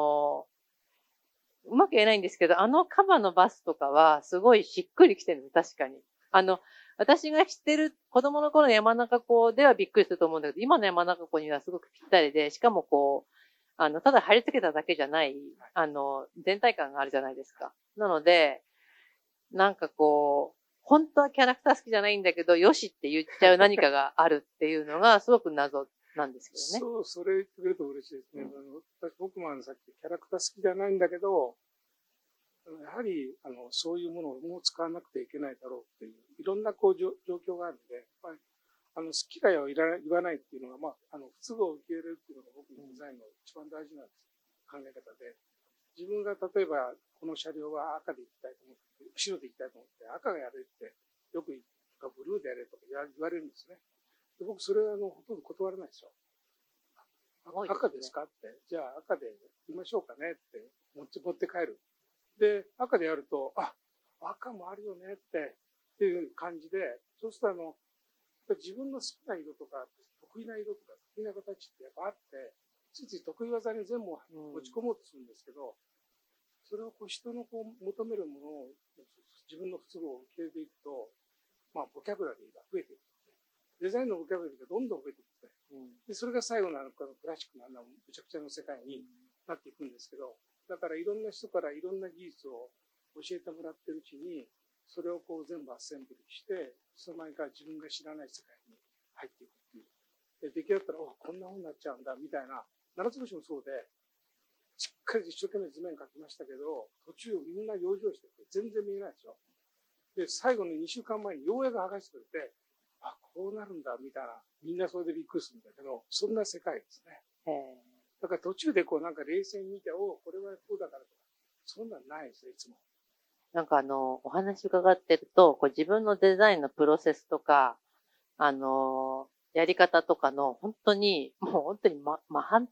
C: うまく言えないんですけど、カバのバスとかは、すごいしっくりきてるの、確かに。私が知ってる子供の頃の山中湖ではびっくりすると思うんだけど、今の山中湖にはすごくぴったりで、しかもただ貼り付けただけじゃない、全体感があるじゃないですか。なので、なんか本当はキャラクター好きじゃないんだけど、よしって言っちゃう何かがあるっていうのが、すごく謎なんですけどね。
B: それ言ってくれると嬉しいですね。僕もさっきキャラクター好きじゃないんだけど、やはり、そういうものをもう使わなくてはいけないだろうっていう、いろんな状況があるんで、やっぱり、好き嫌いを言わないっていうのが、まあ、不都合を受け入れるっていうのが僕のデザインの一番大事な考え方で、自分が例えば、この車両は赤で行きたいと思って、後ろで行きたいと思って、赤がやれって、よくブルーでやれとか言われるんですね。で僕、それはほとんど断らないですよ。赤ですかって、じゃあ赤で行きましょうかねって持って帰る。で、赤でやると、赤もあるよねっていう感じで、そうすると自分の好きな色とか、得意な色とか、得意な形ってやっぱあって、ついつい得意技に全部持ち込もうとするんですけど、それを人の求めるものを自分の不都合を受け入れていくと、まあ、ボキャブラリーが増えていく。デザインのボキャブラリーがどんどん増えていく。で、それが最後のクラシックなむちゃくちゃの世界になっていくんですけど、だからいろんな人からいろんな技術を教えてもらってるうちに、それを全部アッセンブリして、その前から自分が知らない世界に入っていくっていう。で、出来上がったら、こんな風になっちゃうんだ、みたいな。七つ星もそうで、しっかり一生懸命図面描きましたけど、途中みんな養生してて全然見えないでしょ。で、最後の2週間前にようやく剥がしてくれて、こうなるんだ、みたいな。みんなそれでびっくりするんだけど、そんな世界ですね。だから途中でなんか冷静に見て、これはこうだからとか、そんなんないですね、いつも。
C: なんかお話伺ってると、自分のデザインのプロセスとか、やり方とかの、本当に、もう本当に真反対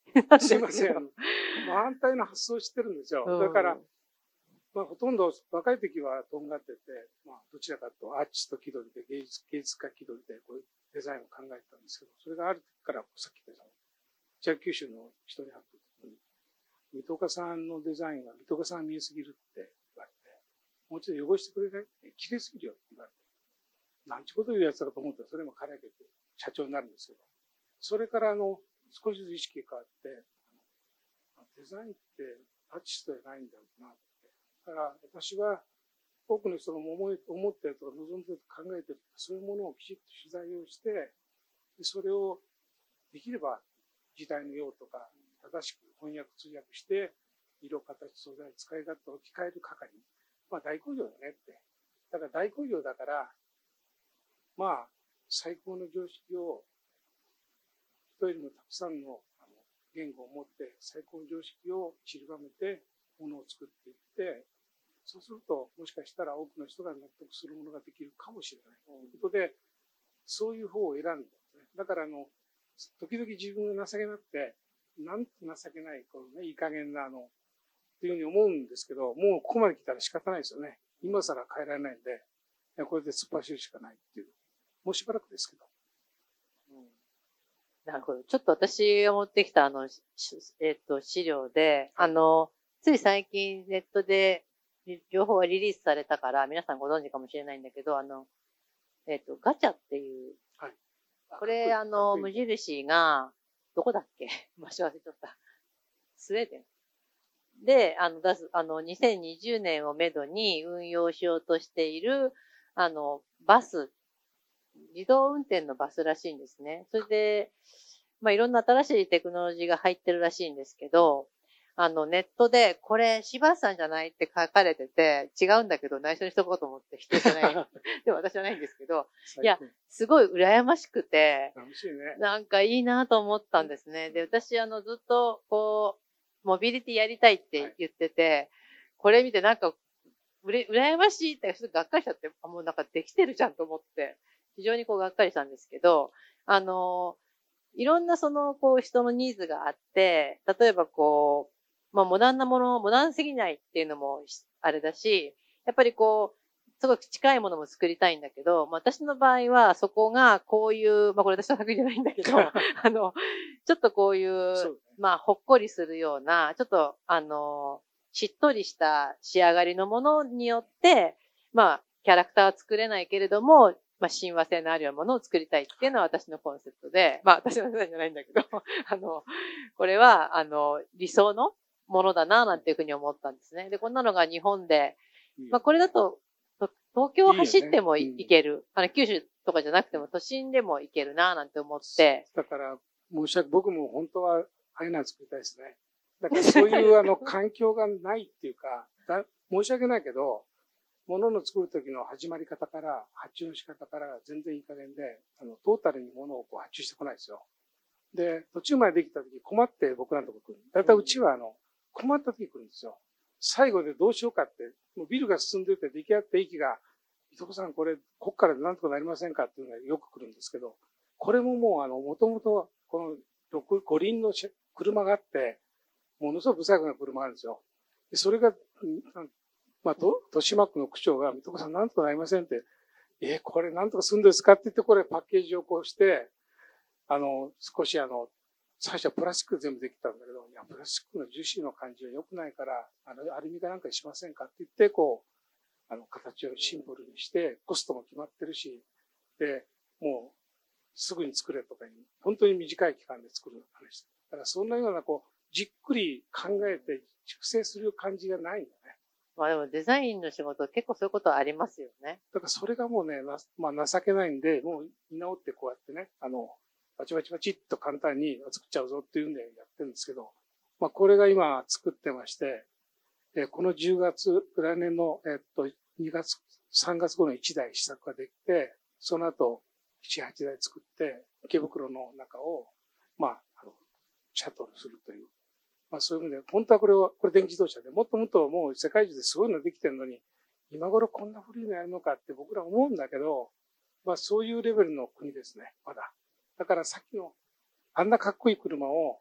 B: すいません。反対の発想をしてるんですよ。だから、まあ、ほとんど若い時はとんがってて、まあ、どちらかとアーティスト気取りで芸術家気取りでこういうデザインを考えてたんですけど、それがある時からさっき言った北九州の人に会った時に、水戸岡さんのデザインが水戸岡さん見えすぎるって言われて、もう一度汚してくれないって綺麗すぎるよって言われて、なんちゅうこと言うやつだと思ったら、それも彼が社長になるんですけど、それから少しずつ意識が変わって、デザインってアーティストじゃないんだろうなって。だから私は多くの人が思ってるとか望んでると考えてるとか、そういうものをきちっと取材をして、それをできれば時代の用とか正しく翻訳通訳して、色、形、素材、使い勝手を置き換える係。まあ大工業だねって。だから大工業だから、まあ最高の常識を人よりもたくさんの言語を持って最高の常識を散りばめてものを作っていって、そうするともしかしたら多くの人が納得するものができるかもしれないということで、そういう方を選んだんですね。だから時々自分が情けなくて、なんて情けない、このね、いい加減なっていうふうに思うんですけど、もうここまで来たら仕方ないですよね。今更変えられないんで、これで突っ走るしかないっていう。もうしばらくですけど。
C: なるほど。ちょっと私が持ってきた資料で、つい最近ネットで情報がリリースされたから、皆さんご存知かもしれないんだけど、ガチャっていう、
B: はい、
C: これ、無印が、どこだっけ場所忘れちゃった。スウェーデン。で、2020年をめどに運用しようとしている、バス、自動運転のバスらしいんですね。それで、まあ、いろんな新しいテクノロジーが入ってるらしいんですけど、ネットで、これ、柴田さんじゃないって書かれてて、違うんだけど、内緒にしとこうと思って否定してない。でも私はないんですけど、いや、すごい羨ましくて、
B: 楽しいね。
C: なんかいいなと思ったんですね。で、私、ずっと、こう、モビリティやりたいって言ってて、これ見てなんか、羨ましいってがっかりしちゃって、もうなんかできてるじゃんと思って、非常にこうがっかりしたんですけど、いろんなこう人のニーズがあって、例えばこう、まあモダンすぎないっていうのもあれだし、やっぱりこう、すごく近いものも作りたいんだけど、まあ私の場合はそこがこういう、まあこれ私の作品じゃないんだけど、ちょっとこういう、まあほっこりするような、ちょっとしっとりした仕上がりのものによって、まあキャラクターは作れないけれども、まあ、親和性のあるようなものを作りたいっていうのは私のコンセプトで、まあ、私のデザインじゃないんだけど、これは、理想のものだな、なんていうふうに思ったんですね。で、こんなのが日本で、まあ、これだと、東京を走っても行ける。九州とかじゃなくても都心でも行けるな、なんて思って。
B: だから、僕も本当は、ああいうのを作りたいですね。だからそういう環境がないっていうか、申し訳ないけど、物の作る時の始まり方から、発注の仕方から全然いい加減で、トータルに物をこう発注してこないですよ。で、途中までできた時困って僕らのとこ来る。だいたいうちは困った時来るんですよ。最後でどうしようかって、もうビルが進んでて出来上がった駅が、伊藤さんこれ、こっからなんとかなりませんかっていうのがよく来るんですけど、これももうもともとこの五輪の車があって、ものすごく不細工な車があるんですよ。でそれが、まあ、豊島区の区長が、水戸さんなんとかなりませんって、これなんとかするんですかって言って、これパッケージをこうして、少し最初はプラスチックで全部できたんだけど、いや、プラスチックの樹脂の感じは良くないから、アルミかなんかにしませんかって言って、こう、形をシンプルにして、コストも決まってるし、で、もう、すぐに作れとかに、本当に短い期間で作る話。だからそんなような、こう、じっくり考えて熟成する感じがないんだね。
C: まあでもデザインの仕事結構そういうことありますよね。
B: だからそれがもうね、まあ情けないんで、もう見直ってこうやってね、バチバチバチっと簡単に作っちゃうぞっていうんでやってるんですけど、まあこれが今作ってまして、この10月、来年の、2月、3月頃の1台試作ができて、その後、7、8台作って、池袋の中を、まあ、シャトルするという。まあそういう意味で、本当はこれ電気自動車で、もっともっともう世界中ですごいのできてるのに、今頃こんな古いのやるのかって僕ら思うんだけど、まあそういうレベルの国ですね、まだ。だからさっきの、あんなかっこいい車を、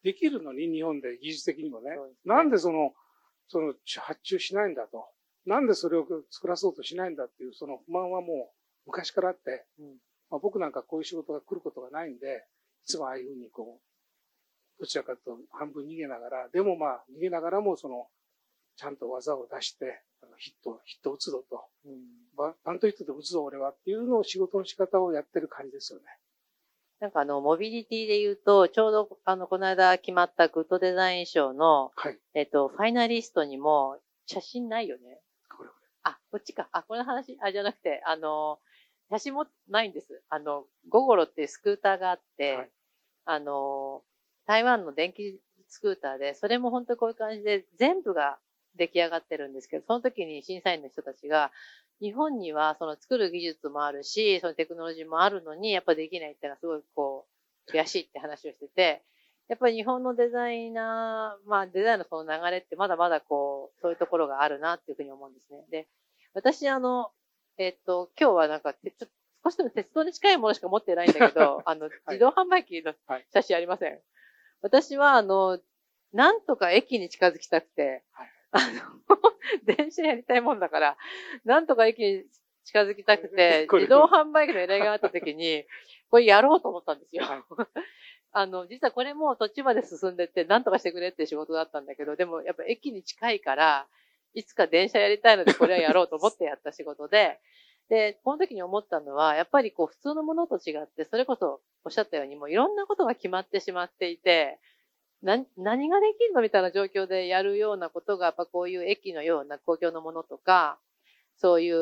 B: できるのに、日本で技術的にもね。
C: そうですね
B: なんで発注しないんだと。なんでそれを作らそうとしないんだっていう、その不満はもう昔からあって、まあ、僕なんかこういう仕事が来ることがないんで、いつもああいうふうにどちらかというと半分逃げながら、でもまあ逃げながらもちゃんと技を出して、ヒット打つぞと。バントヒットで打つぞ俺はっていうのを仕事の仕方をやってる感じですよね。
C: なんかモビリティで言うと、ちょうどこの間決まったグッドデザイン賞の、
B: はい。
C: ファイナリストにも写真ないよね。
B: これ。
C: あ、こっちか。あ、この話、じゃなくて、写真もないんです。ゴゴロっていうスクーターがあって、はい、台湾の電気スクーターで、それも本当にこういう感じで全部が出来上がってるんですけど、その時に審査員の人たちが、日本にはその作る技術もあるし、そのテクノロジーもあるのに、やっぱできないっていうのはすごい悔しいって話をしてて、やっぱり日本のデザイナー、まあデザインのその流れってまだまだそういうところがあるなっていうふうに思うんですね。で、私今日はなんか、少しでも鉄道に近いものしか持ってないんだけど、自動販売機の写真ありません。私はなんとか駅に近づきたくて、電車やりたいもんだから、なんとか駅に近づきたくて、自動販売機の依頼があった時に、これやろうと思ったんですよ。実はこれも途中まで進んでって、なんとかしてくれって仕事だったんだけど、でもやっぱ駅に近いから、いつか電車やりたいのでこれはやろうと思ってやった仕事で、で、この時に思ったのは、やっぱり普通のものと違って、それこそおっしゃったようにもういろんなことが決まってしまっていて、何ができるのみたいな状況でやるようなことが、やっぱこういう駅のような公共のものとか、そういう、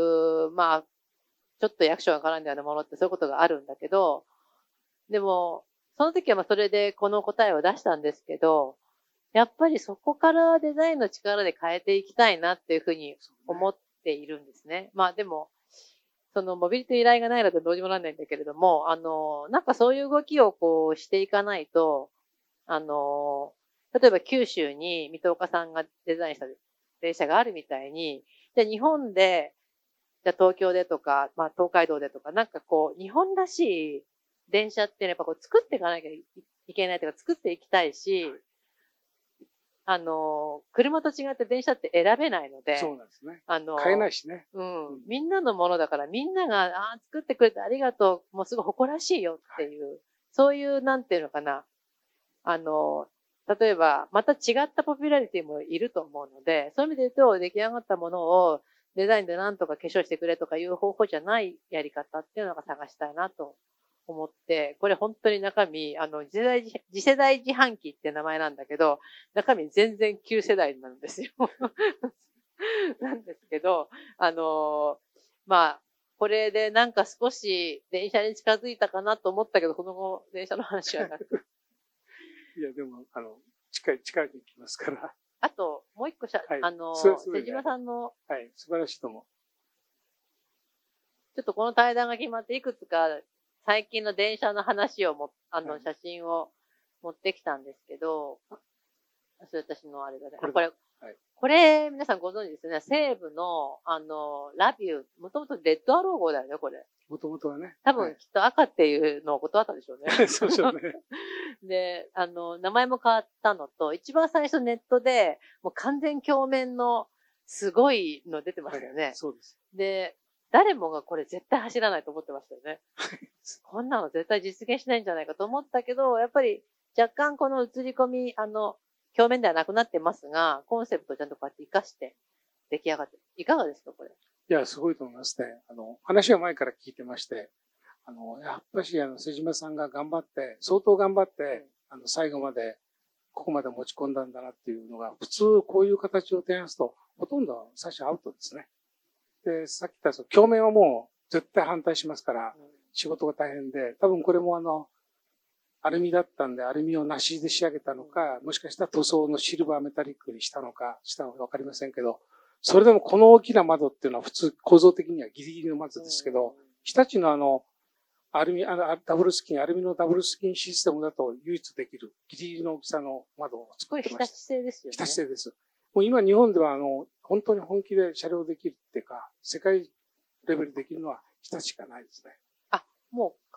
C: まあ、ちょっと役所が絡んだようなものってそういうことがあるんだけど、でも、その時はまあそれでこの答えを出したんですけど、やっぱりそこからデザインの力で変えていきたいなっていうふうに思っているんですね。まあでも、そのモビリティ依頼がないのでどうにもなんないんだけれども、なんかそういう動きをしていかないと、例えば九州に水戸岡さんがデザインした電車があるみたいに、で、日本で、じゃ東京でとか、まあ東海道でとか、なんか日本らしい電車ってやっぱ作っていかなきゃいけないというか、作っていきたいし、車と違って電車って選べないので。
B: そうなんですね。買えないしね。
C: みんなのものだから、みんなが、作ってくれてありがとう、もうすごい誇らしいよっていう、そういう、なんていうのかな。例えば、また違ったポピュラリティもいると思うので、そういう意味で言うと、出来上がったものをデザインでなんとか化粧してくれとかいう方法じゃないやり方っていうのが探したいなと思って、これ本当に中身、次世代自販機って名前なんだけど、中身全然旧世代なんですよ。なんですけど、まあ、これでなんか少し電車に近づいたかなと思ったけど、この後電車の話はなく。
B: いや、でも、近いに行きますから。
C: あと、もう一個瀬島さんの、
B: はい、素晴らしいと思う。
C: ちょっとこの対談が決まって、いくつか最近の電車の話を写真を持ってきたんですけど、それ私のあれだね。これ、皆さんご存知ですね。西武の、ラビュー、もともとレッドアロー号だよね、これ。
B: もともとはね。
C: 多分、きっと赤っていうのを断ったでしょうね。
B: そうでしょうね。
C: で、名前も変わったのと、一番最初ネットで、もう完全鏡面のすごいの出てましたよね。
B: そうです。
C: で、誰もがこれ絶対走らないと思ってましたよね。こんなの絶対実現しないんじゃないかと思ったけど、やっぱり若干この映り込み、表面ではなくなってますが、コンセプトをちゃんとこうやって活かして出来上がって。いかがですか、これ。
B: いや、すごいと思いますね。話は前から聞いてまして、やっぱし、瀬島さんが相当頑張って、最後まで、ここまで持ち込んだんだなっていうのが、普通こういう形を提案すると、ほとんど最初アウトですね。で、さっき言った鏡面はもう絶対反対しますから、仕事が大変で、多分これもアルミだったんで、アルミを梨で仕上げたのか、もしかしたら塗装のシルバーメタリックにしたのかわかりませんけど、それでもこの大きな窓っていうのは普通構造的にはギリギリの窓ですけど、日立のアルミのダブルスキンシステムだと唯一できるギリギリの大きさの窓を作ってました。
C: これ日立製ですよね。
B: 日立製です。もう今日本では本当に本気で車両できるっていうか、世界レベルできるのは日立しかないですね。
C: もう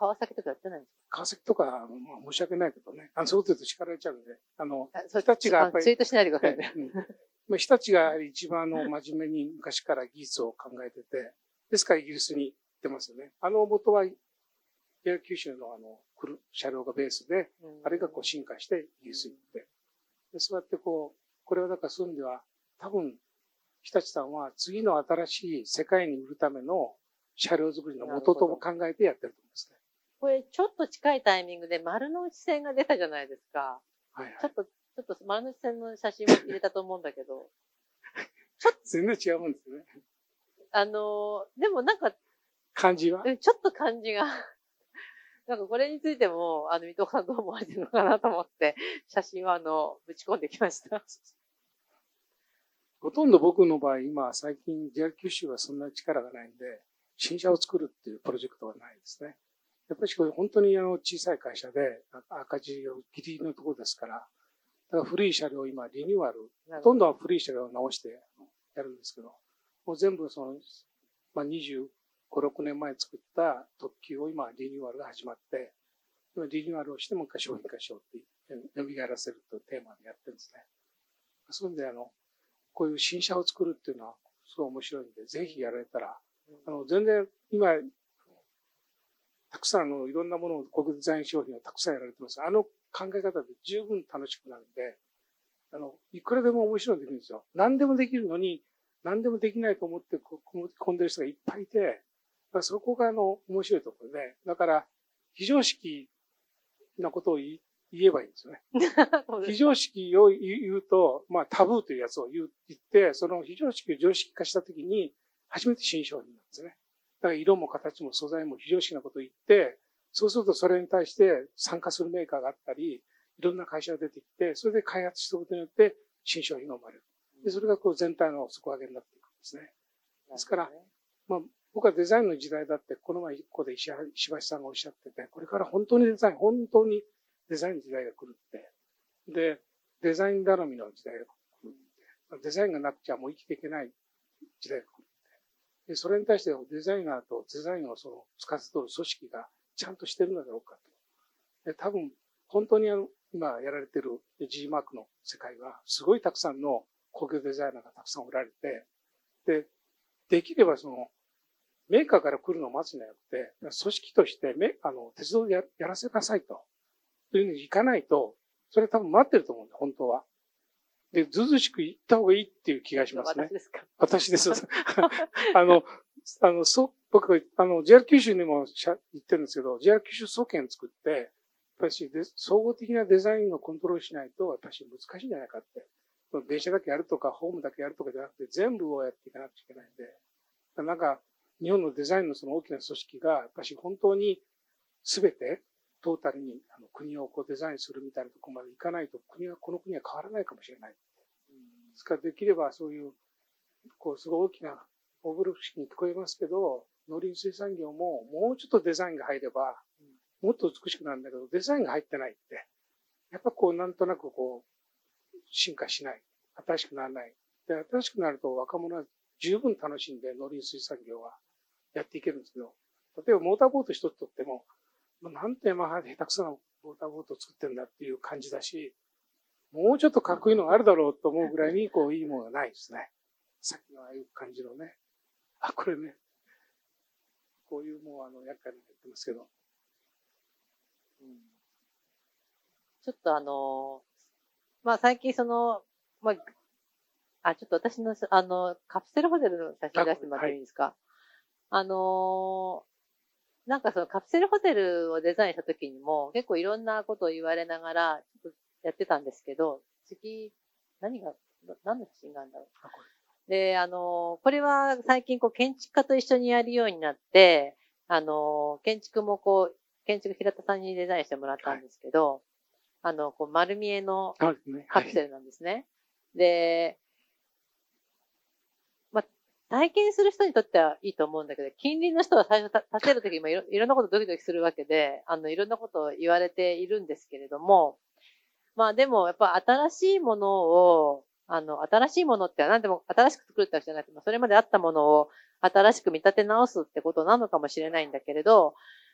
C: 川崎とかやってないんです
B: 川崎とか、まあ、申し訳ないけどね。そういうこと言うと叱られちゃうんで。
C: か？
B: 日立がやっぱり。
C: ツイートしないでくださいね。
B: まあ、日立が一番真面目に昔から技術を考えてて、ですからイギリスに行ってますよね。元は、JR九州の車両がベースで、あれがこう進化してイギリスに行って。でそうやってこれはだからそういう意味では、多分、日立さんは次の新しい世界に売るための車両作りの元とも考えてやってると思うんですね。
C: これ、ちょっと近いタイミングで丸の内線が出たじゃないですか。
B: はいはい。
C: ちょっと丸の内線の写真も入れたと思うんだけど。
B: 全然違うもんですね。
C: でもなんか、
B: 感じは
C: ちょっと感じが、なんかこれについても、水戸さんどう思われてるのかなと思って、写真はぶち込んできました。
B: ほとんど僕の場合、今、最近 JR 九州はそんな力がないんで、新車を作るっていうプロジェクトはないですね。やっぱりこれ本当に小さい会社で赤字をギリギリのところですから、だから古い車両を今リニューアル、ほとんどは古い車両を直してやるんですけど、もう全部25、6年前作った特急を今リニューアルが始まって、リニューアルをしてもう一回商品化しようって蘇らせるというテーマでやってるんですね。そういう意味でこういう新車を作るっていうのはすごい面白いんで、ぜひやられたら、全然今、たくさんいろんなものを、国デザイン商品をたくさんやられてます。考え方で十分楽しくなるんで、いくらでも面白いのできるんですよ。何でもできるのに、何でもできないと思って込んでる人がいっぱいいて、そこが面白いところで、だから、非常識なことを言えばいいんですよね。非常識を言うと、まあタブーというやつを言って、その非常識を常識化したときに、初めて新商品なんですね。だから色も形も素材も非常識なことを言って、そうするとそれに対して参加するメーカーがあったり、いろんな会社が出てきて、それで開発したことによって新商品が生まれる。で、それが全体の底上げになっていくんですね。ですから、まあ、僕はデザインの時代だって、この前一個で石橋さんがおっしゃってて、これから本当にデザインの時代が来るって。で、デザイン頼みの時代が来るって。デザインがなくちゃもう生きていけない時代が来るって。で、それに対してデザイナーとデザインを司る組織がちゃんとしてるのだろうかと。で、多分、本当に今やられてる G マークの世界は、すごいたくさんの工業デザイナーがたくさんおられて、で、できればメーカーから来るのを待つんじゃなくて、組織として鉄道でやらせなさいと。というふうにいかないと、それ多分待ってると思うんだ、本当は。で、ずうずしく行った方がいいっていう気がしますね。
C: 私ですか？
B: 私です。僕、JR 九州にも行ってるんですけど、JR 九州総研作って、やっぱり総合的なデザインをコントロールしないと、やっぱり難しいんじゃないかって。電車だけやるとか、ホームだけやるとかじゃなくて、全部をやっていかなくちゃいけないんで。なんか、日本のデザインのその大きな組織が、やっぱり本当に全て、トータルに国をデザインするみたいなところまでいかないと、この国は変わらないかもしれない。ですから、できればそういう、すごい大きな大風呂敷に聞こえますけど、農林水産業ももうちょっとデザインが入れば、もっと美しくなるんだけど、デザインが入ってないって、やっぱなんとなく進化しない。新しくならない。で、新しくなると若者は十分楽しんで農林水産業はやっていけるんですけど、例えばモーターボート一つとっても、なんてヤマハで下手くそなモーターボートを作ってるんだっていう感じだし、もうちょっとかっこいいのがあるだろうと思うぐらいに、いいものがないですね。さっきのああいう感じのね。これね。こういうもう厄介なのやってますけど。
C: ちょっと最近ちょっと私のカプセルホテルの写真出してもらっていいですか？なんかカプセルホテルをデザインした時にも結構いろんなことを言われながらちょっとやってたんですけど、次、何の写真があるんだろう。で、これは最近建築家と一緒にやるようになって、建築も建築平田さんにデザインしてもらったんですけど、丸見えのカプセルなんですね。で、体験する人にとってはいいと思うんだけど、近隣の人は最初建てるときもいろんなことドキドキするわけで、いろんなことを言われているんですけれども、でもやっぱ新しいものを、新しいものって何でも新しく作るってわけじゃなくて、それまであったものを新しく見立て直すってことなのかもしれないんだけれど、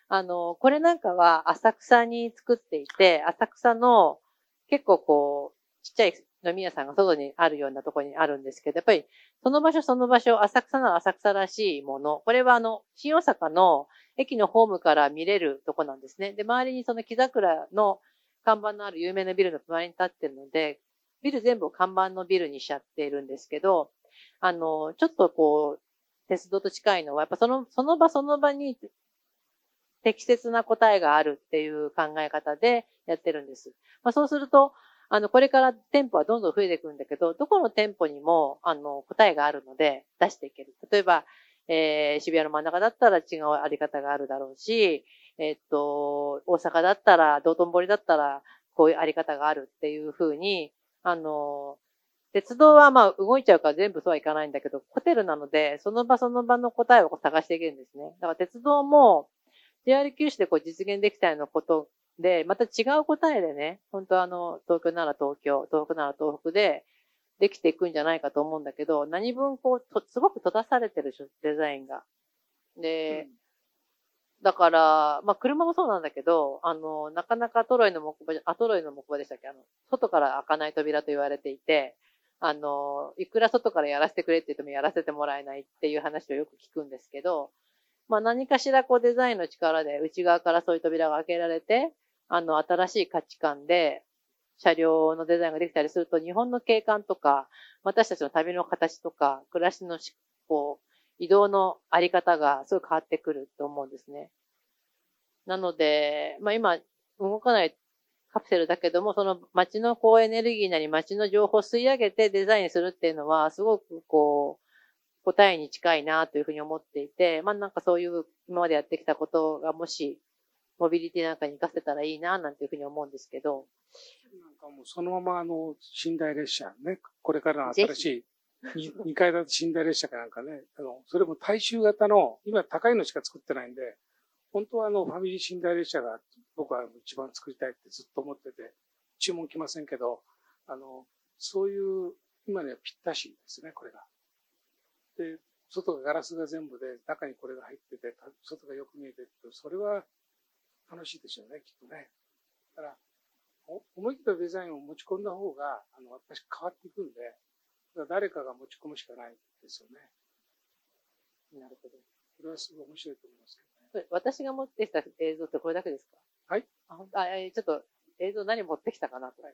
C: これなんかは浅草に作っていて、浅草の結構こう、ちっちゃい飲み屋さんが外にあるようなところにあるんですけど、やっぱりその場所その場所、浅草なら浅草らしいもの。これは新大阪の駅のホームから見れるとこなんですね。で、周りにその木桜の看板のある有名なビルの隣に立ってるので、ビル全部を看板のビルにしちゃっているんですけど、ちょっとこう、鉄道と近いのは、やっぱその場その場に適切な答えがあるっていう考え方でやってるんです。まあ、そうすると、これから店舗はどんどん増えていくんだけど、どこの店舗にも、答えがあるので出していける。例えば、渋谷の真ん中だったら違うあり方があるだろうし、大阪だったら、道頓堀だったら、こういうあり方があるっていうふうに、鉄道はまあ動いちゃうから全部そうはいかないんだけど、ホテルなので、その場その場の答えを探していけるんですね。だから鉄道も、JR 九州でこう実現できたようなことで、また違う答えでね、本当東京なら東京、東北なら東北でできていくんじゃないかと思うんだけど、何分こう、すごく閉ざされてるデザインが。で、だから、まあ、車もそうなんだけど、なかなかトロイの木馬でしたっけ外から開かない扉と言われていて、いくら外からやらせてくれって言ってもやらせてもらえないっていう話をよく聞くんですけど、まあ何かしらこうデザインの力で内側からそういう扉が開けられて、新しい価値観で車両のデザインができたりすると、日本の景観とか、私たちの旅の形とか、暮らしのこう、移動のあり方がすごい変わってくると思うんですね。なので、まあ今、動かないカプセルだけども、その街のこうエネルギーなり街の情報を吸い上げてデザインするっていうのは、すごくこう、答えに近いなというふうに思っていて、まあなんかそういう今までやってきたことがもし、モビリティなんかに活かせたらいいななんていうふうに思うんですけど。
B: なんかもうそのまま寝台列車ね、これからの新しい2階建て寝台列車かなんかね、それも大衆型の、今高いのしか作ってないんで、本当はファミリー寝台列車が僕は一番作りたいってずっと思ってて、注文来ませんけど、そういう今にはぴったしですね、これが。で、外がガラスが全部で、中にこれが入ってて、外がよく見えてると、それは楽しいでしょうね、きっとね。だから、思い切ったデザインを持ち込んだ方が、私変わっていくんで、誰かが持ち込むしかないですよね。
C: なるほど。
B: これはすごい面白いと思いますけ
C: どね。私が持ってきた映像ってこれだけですか？
B: はい。
C: ちょっと映像何持ってきたかなと。はい、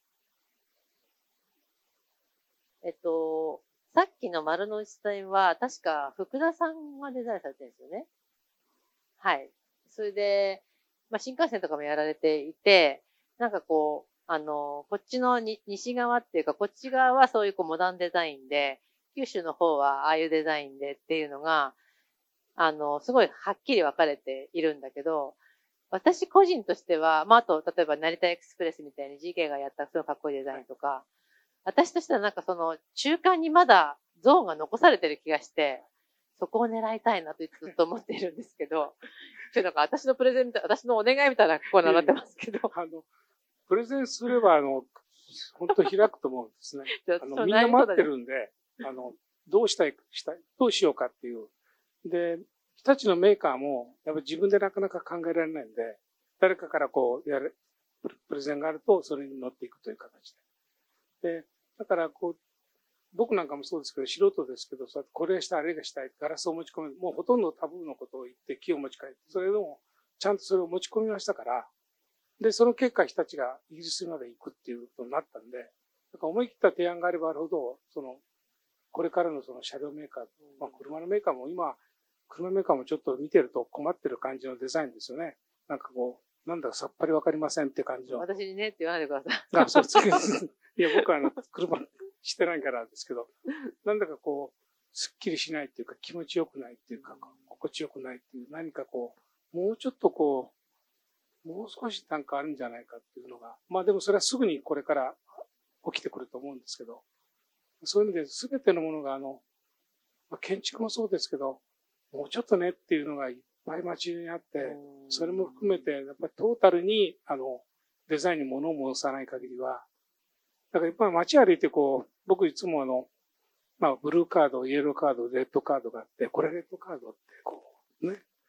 C: さっきの丸の内線は、確か福田さんがデザインされてるんですよね。はい。それで、まあ、新幹線とかもやられていて、なんかこう、こっちの西側っていうか、こっち側はそういうこうモダンデザインで、九州の方はああいうデザインでっていうのが、すごいはっきり分かれているんだけど、私個人としては、まあ、あと、例えば成田エクスプレスみたいに GK がやったすごいかっこいいデザインとか、私としてはなんかその中間にまだゾーンが残されてる気がして、そこを狙いたいなとずっと思っているんですけど、なんか私のプレゼンみたい、私のお願いみたいなコーナーになってますけど。
B: プレゼンすれば、本当開くと思うんですね。みんな待ってるんで、どうしようかっていう。で、日立のメーカーも、やっぱり自分でなかなか考えられないんで、誰かからこう、プレゼンがあると、それに乗っていくという形で。で、だからこう、僕なんかもそうですけど、素人ですけど、これがしたい、あれがしたい、ガラスを持ち込む、もうほとんどタブーのことを言って、木を持ち帰って、それでも、ちゃんとそれを持ち込みましたから、で、その結果、日立がイギリスまで行くっていうことになったんで、だから思い切った提案があればあるほど、これからのその車両メーカー、まあ車のメーカーも今、車メーカーもちょっと見てると困ってる感じのデザインですよね。なんかこう、なんだかさっぱりわかりませんって感じの。
C: 私にねって言わないでください。
B: あ、そうです。いや、僕は車してないからですけど、なんだかこう、すっきりしないっていうか、気持ちよくないっていうか、心地よくないっていう、何かこう、もうちょっとこう、もう少しなんかあるんじゃないかっていうのが、まあでもそれはすぐにこれから起きてくると思うんですけど、そういう意味で全てのものがまあ、建築もそうですけど、もうちょっとねっていうのがいっぱい街にあって、それも含めて、やっぱりトータルに、デザインに物を戻さない限りは、だからやっぱり街歩いてこう、僕いつもまあ、ブルーカード、イエローカード、レッドカードがあって、これレッドカードってこう、ね。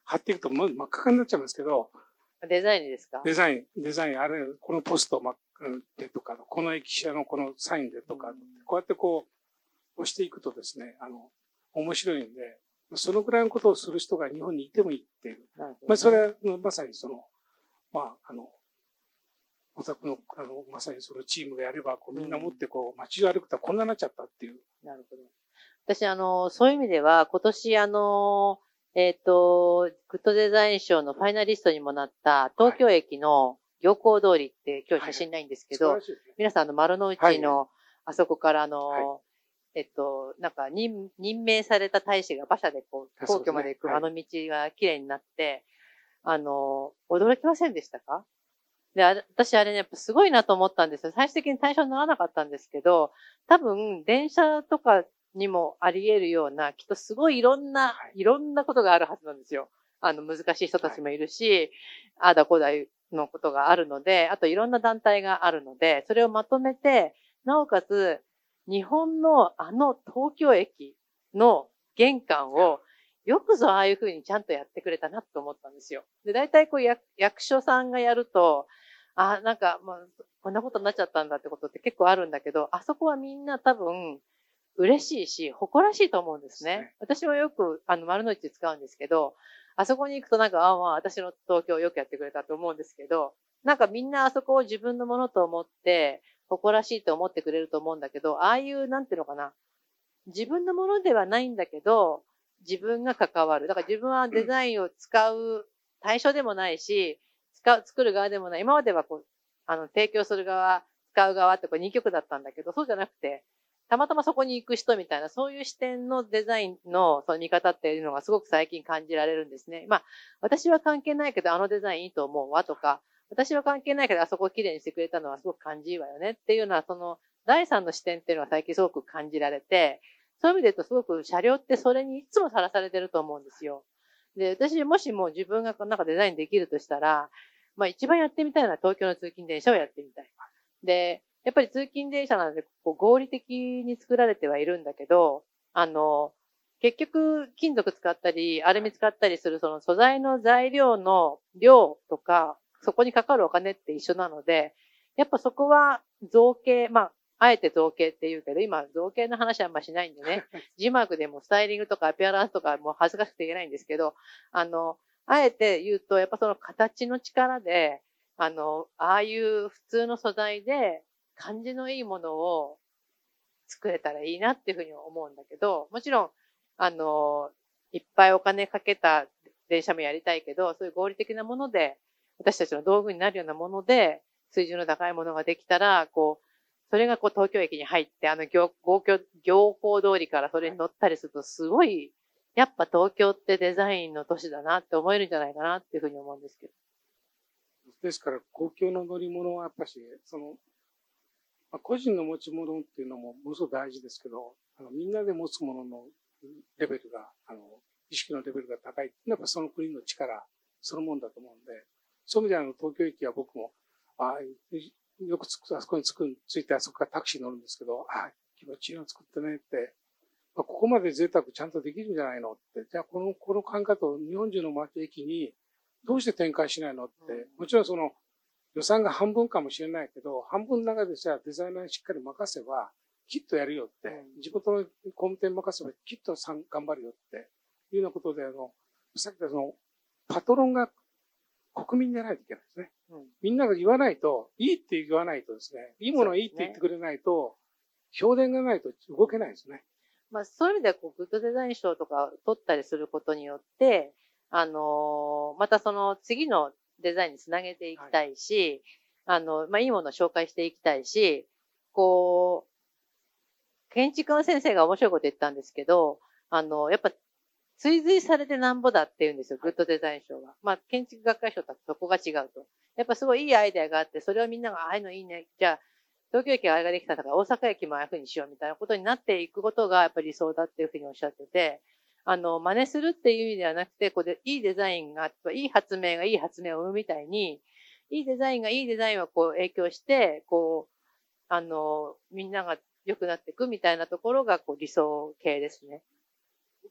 B: 貼っていくと真っ赤かになっちゃいますけど、
C: デザインですか？
B: デザイン、あれ、このポストでとか、この駅舎のこのサインでとか、こうやってこう、押していくとですね、面白いんで、そのぐらいのことをする人が日本にいてもいいっていう。まあ、それは、まさにお宅の、まさにそのチームがやれば、こう、みんな持ってこう、街を歩くとこんなになっちゃったっていう。
C: なるほど。私、そういう意味では、今年、グッドデザイン賞のファイナリストにもなった東京駅の行幸通りって今日写真ないんですけど、皆さん丸の内のあそこからなんか任命された大使が馬車でこう、皇居まで行くあの道が綺麗になって、驚きませんでしたか？で、私あれね、やっぱすごいなと思ったんですよ。最終的に対象にならなかったんですけど、多分、電車とかにもあり得るような、きっとすごいいろんなことがあるはずなんですよ。難しい人たちもいるし、ああだこうだのことがあるので、あといろんな団体があるので、それをまとめて、なおかつ、日本の東京駅の玄関を、よくぞああいう風にちゃんとやってくれたなと思ったんですよ。で、大体こう役所さんがやると、なんか、こんなことになっちゃったんだってことって結構あるんだけど、あそこはみんな多分、嬉しいし、誇らしいと思うんですね。私もよく、丸の内使うんですけど、あそこに行くとなんか、私の東京よくやってくれたと思うんですけど、なんかみんなあそこを自分のものと思って、誇らしいと思ってくれると思うんだけど、ああいう、なんていうのかな、自分のものではないんだけど、自分が関わる。だから自分はデザインを使う対象でもないし、作る側でもない。今まではこう、提供する側、使う側ってこう二極だったんだけど、そうじゃなくて、たまたまそこに行く人みたいな、そういう視点のデザインのその見方っていうのがすごく最近感じられるんですね。まあ、私は関係ないけど、あのデザインいいと思うわとか、私は関係ないけど、あそこを綺麗にしてくれたのはすごく感じいいわよねっていうのは、その、第三の視点っていうのは最近すごく感じられて、そういう意味で言うとすごく車両ってそれにいつもさらされてると思うんですよ。で、私もしも自分がなんかデザインできるとしたら、まあ一番やってみたいのは東京の通勤電車をやってみたい。で、やっぱり通勤電車なので、こう合理的に作られてはいるんだけど、結局金属使ったり、アルミ使ったりするその素材の材料の量とか、そこにかかるお金って一緒なので、やっぱそこは造形、まあ、あえて造形って言うけど、今造形の話はあんましないんでね、字幕でもスタイリングとかアピアランスとかもう恥ずかしくて言えないんですけど、あえて言うと、やっぱその形の力で、ああいう普通の素材で感じのいいものを作れたらいいなっていうふうに思うんだけど、もちろん、いっぱいお金かけた電車もやりたいけど、そういう合理的なもので、私たちの道具になるようなもので、水準の高いものができたら、こう、それがこう東京駅に入って、行幸通りからそれに乗ったりすると、すごい、やっぱ東京ってデザインの都市だなって思えるんじゃないかなっていうふうに思うんですけど。
B: ですから、公共の乗り物はやっぱし、個人の持ち物っていうのもものすごく大事ですけど、みんなで持つもののレベルが、意識のレベルが高い。やっぱその国の力そのもんだと思うんで、そういう意味で東京駅は僕も、よくあそこに着いてあそこからタクシー乗るんですけど、気持ちいいの作ってねって、ここまで贅沢ちゃんとできるんじゃないのって、じゃあこの考え方を日本中の駅にどうして展開しないのって、もちろんその予算が半分かもしれないけど、半分の中でじゃあデザイナーにしっかり任せば、きっとやるよって、地元の工務店任せばきっと頑張るよっていうようなことで、さっき言ったパトロンが国民でないといけないですね。みんなが言わないと、いいって言わないとですね、いいものはいいって言ってくれないと、評伝がないと動けないですね。
C: まあ、そういう意味では、グッドデザイン賞とか取ったりすることによって、またその次のデザインにつなげていきたいし、まあ、いいものを紹介していきたいし、こう、建築の先生が面白いこと言ったんですけど、やっぱ、追随されてなんぼだって言うんですよ、グッドデザイン賞は。まあ、建築学会賞とはそこが違うと。やっぱすごいいいアイデアがあって、それをみんなが、ああいうのいいね。じゃあ、東京駅があれができたんだから大阪駅もああいう風にしようみたいなことになっていくことがやっぱり理想だっていうふうにおっしゃってて、真似するっていう意味ではなくて、いいデザインが、いい発明がいい発明を生むみたいに、いいデザインがいいデザインをこう影響して、こう、みんなが良くなっていくみたいなところがこう理想形ですね。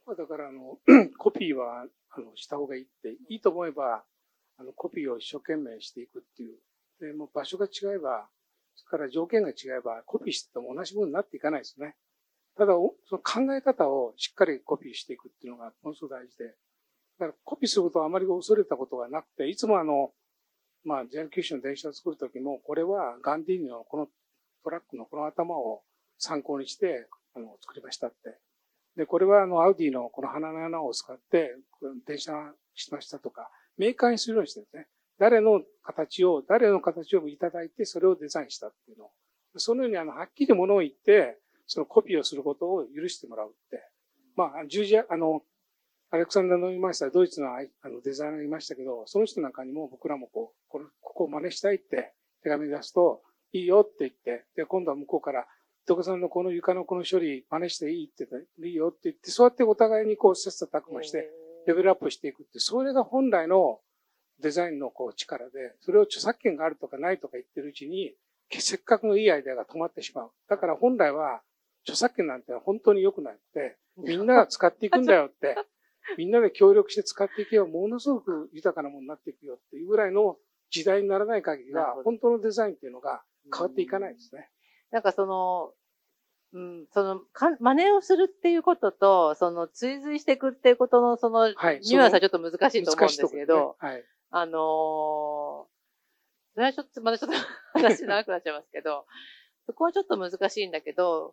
B: だからコピーはした方がいいって、いいと思えばコピーを一生懸命していくっていう。でもう場所が違えば、それから条件が違えば、コピーしてても同じものになっていかないですね。ただ、その考え方をしっかりコピーしていくっていうのがものすごく大事で。だからコピーすることはあまり恐れたことがなくて、いつもジェネ九州の電車を作るときも、これはガンディーニのこのトラックのこの頭を参考にして、作りましたって。で、これはアウディのこの鼻の穴を使って電車しましたとか、メーカーにするようにしてるんですね。誰の形をいただいて、それをデザインしたっていうのを。そのようにはっきりものを言って、そのコピーをすることを許してもらうって。アレクサンダー・ノイマイスター、ドイツのデザイナーがいましたけど、その人なんかにも僕らもここを真似したいって手紙出すと、いいよって言って、で、今度は向こうから、どこさんのこの床のこの処理真似していいって言って、いいよって言って、そうやってお互いに切磋琢磨して、レベルアップしていくって、それが本来のデザインの力で、それを著作権があるとかないとか言ってるうちに、せっかくのいいアイデアが止まってしまう。だから本来は、著作権なんて本当に良くなくて、みんなが使っていくんだよって、みんなで協力して使っていけば、ものすごく豊かなものになっていくよっていうぐらいの時代にならない限りは、本当のデザインっていうのが変わっていかないですね。
C: なんか真似をするっていうことと、追随していくっていうことの、ニュアンスはちょっと難しいと思うんですけど、
B: はい。
C: それはちょっと、まだちょっと話長くなっちゃいますけど、そこはちょっと難しいんだけど、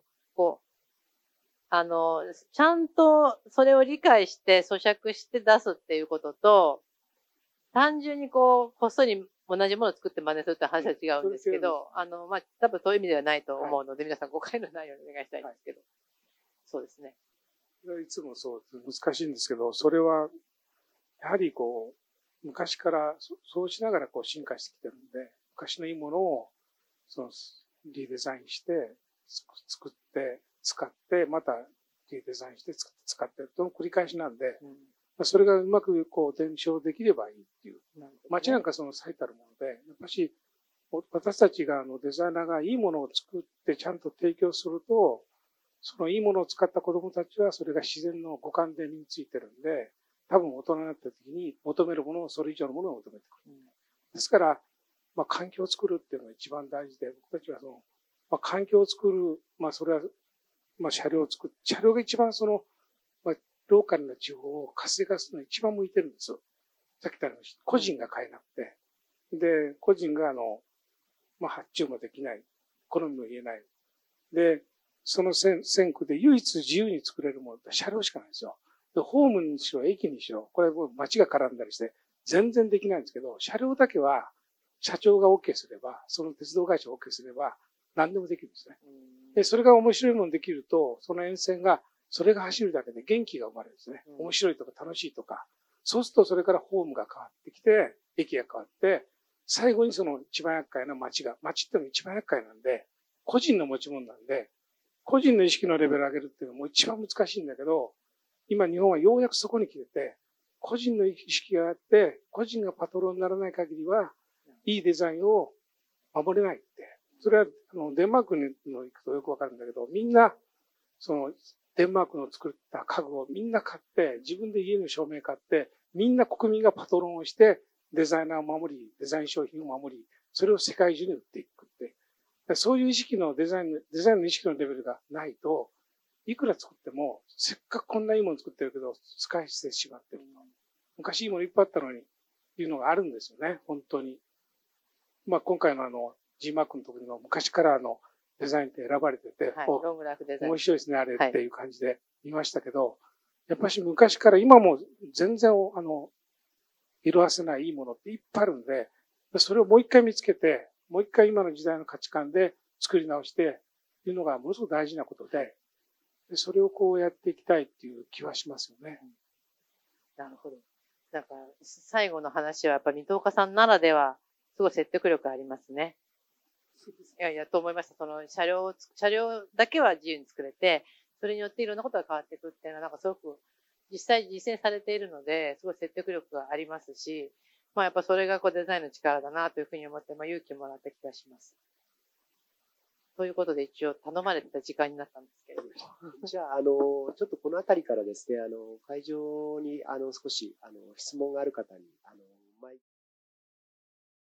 C: ちゃんとそれを理解して咀嚼して出すっていうことと、単純にこっそり同じものを作って真似するって話は違うんですけど、多分そういう意味ではないと思うので、皆さん誤解のないようにお願いしたいんですけど。そうですね。
B: いつもそう、難しいんですけど、それは、やはり昔からそうしながら進化してきてるんで、昔のいいものを、リデザインして、作って、使って、またリデザインして使って、その繰り返しなんで、それがうまく伝承できればいいっていう。街なんか最たるもので、やっぱし、私たちがデザイナーがいいものを作ってちゃんと提供すると、そのいいものを使った子供たちはそれが自然の五感で身についてるんで、多分大人になった時に求めるものをそれ以上のものを求めてくる。ですから、環境を作るっていうのが一番大事で、僕たちは環境を作る、それは、車両を作る。車両が一番ローカルな地方を活性化するのに一番向いてるんですよ。さっき言ったように、個人が買えなくて。で、個人が発注もできない。好みも言えない。で、その線区で唯一自由に作れるものって車両しかないんですよ。で、ホームにしろ、駅にしろ、これも街が絡んだりして、全然できないんですけど、車両だけは、社長が OK すれば、その鉄道会社が OK すれば、何でもできるんですね。で、それが面白いものできると、その沿線が、それが走るだけで元気が生まれるんですね。面白いとか楽しいとか。そうすると、それからホームが変わってきて、駅が変わって、最後に一番厄介な街っていうのが一番厄介なんで、個人の持ち物なんで、個人の意識のレベルを上げるっていうのも一番難しいんだけど、今日本はようやくそこに来てて、個人の意識があって、個人がパトロンにならない限りは、いいデザインを守れないって。それは、デンマークに行くとよくわかるんだけど、みんな、デンマークの作った家具をみんな買って、自分で家の照明買って、みんな国民がパトロンをして、デザイナーを守り、デザイン商品を守り、それを世界中に売っていくって。そういう意識のデザインの意識のレベルがないと、いくら作っても、せっかくこんないいもの作ってるけど、使い捨ててしまってる。昔いいものいっぱいあったのに、いうのがあるんですよね、本当に。今回のG マークのところの昔からデザインって選ばれてて、
C: ロングライフデザイン。
B: 面白いですね、あれっていう感じで見ましたけど、やっぱし昔から今も全然色あせないいいものっていっぱいあるんで、それをもう一回見つけて、もう一回今の時代の価値観で作り直していうのがものすごく大事なことで、それをやっていきたいっていう気はしますよね。
C: なるほど。なんか、最後の話はやっぱり水岡さんならでは、すごい説得力ありますね。と思いました。車両だけは自由に作れて、それによっていろんなことが変わっていくっていうのは、なんかすごく実際実践されているので、すごい説得力がありますし、やっぱそれがデザインの力だなというふうに思って、勇気もらった気がします。 ということで一応頼まれてた時間になったんですけれども。
A: じゃあ、ちょっとこのあたりからですね、会場に、少し、質問がある方に、マイク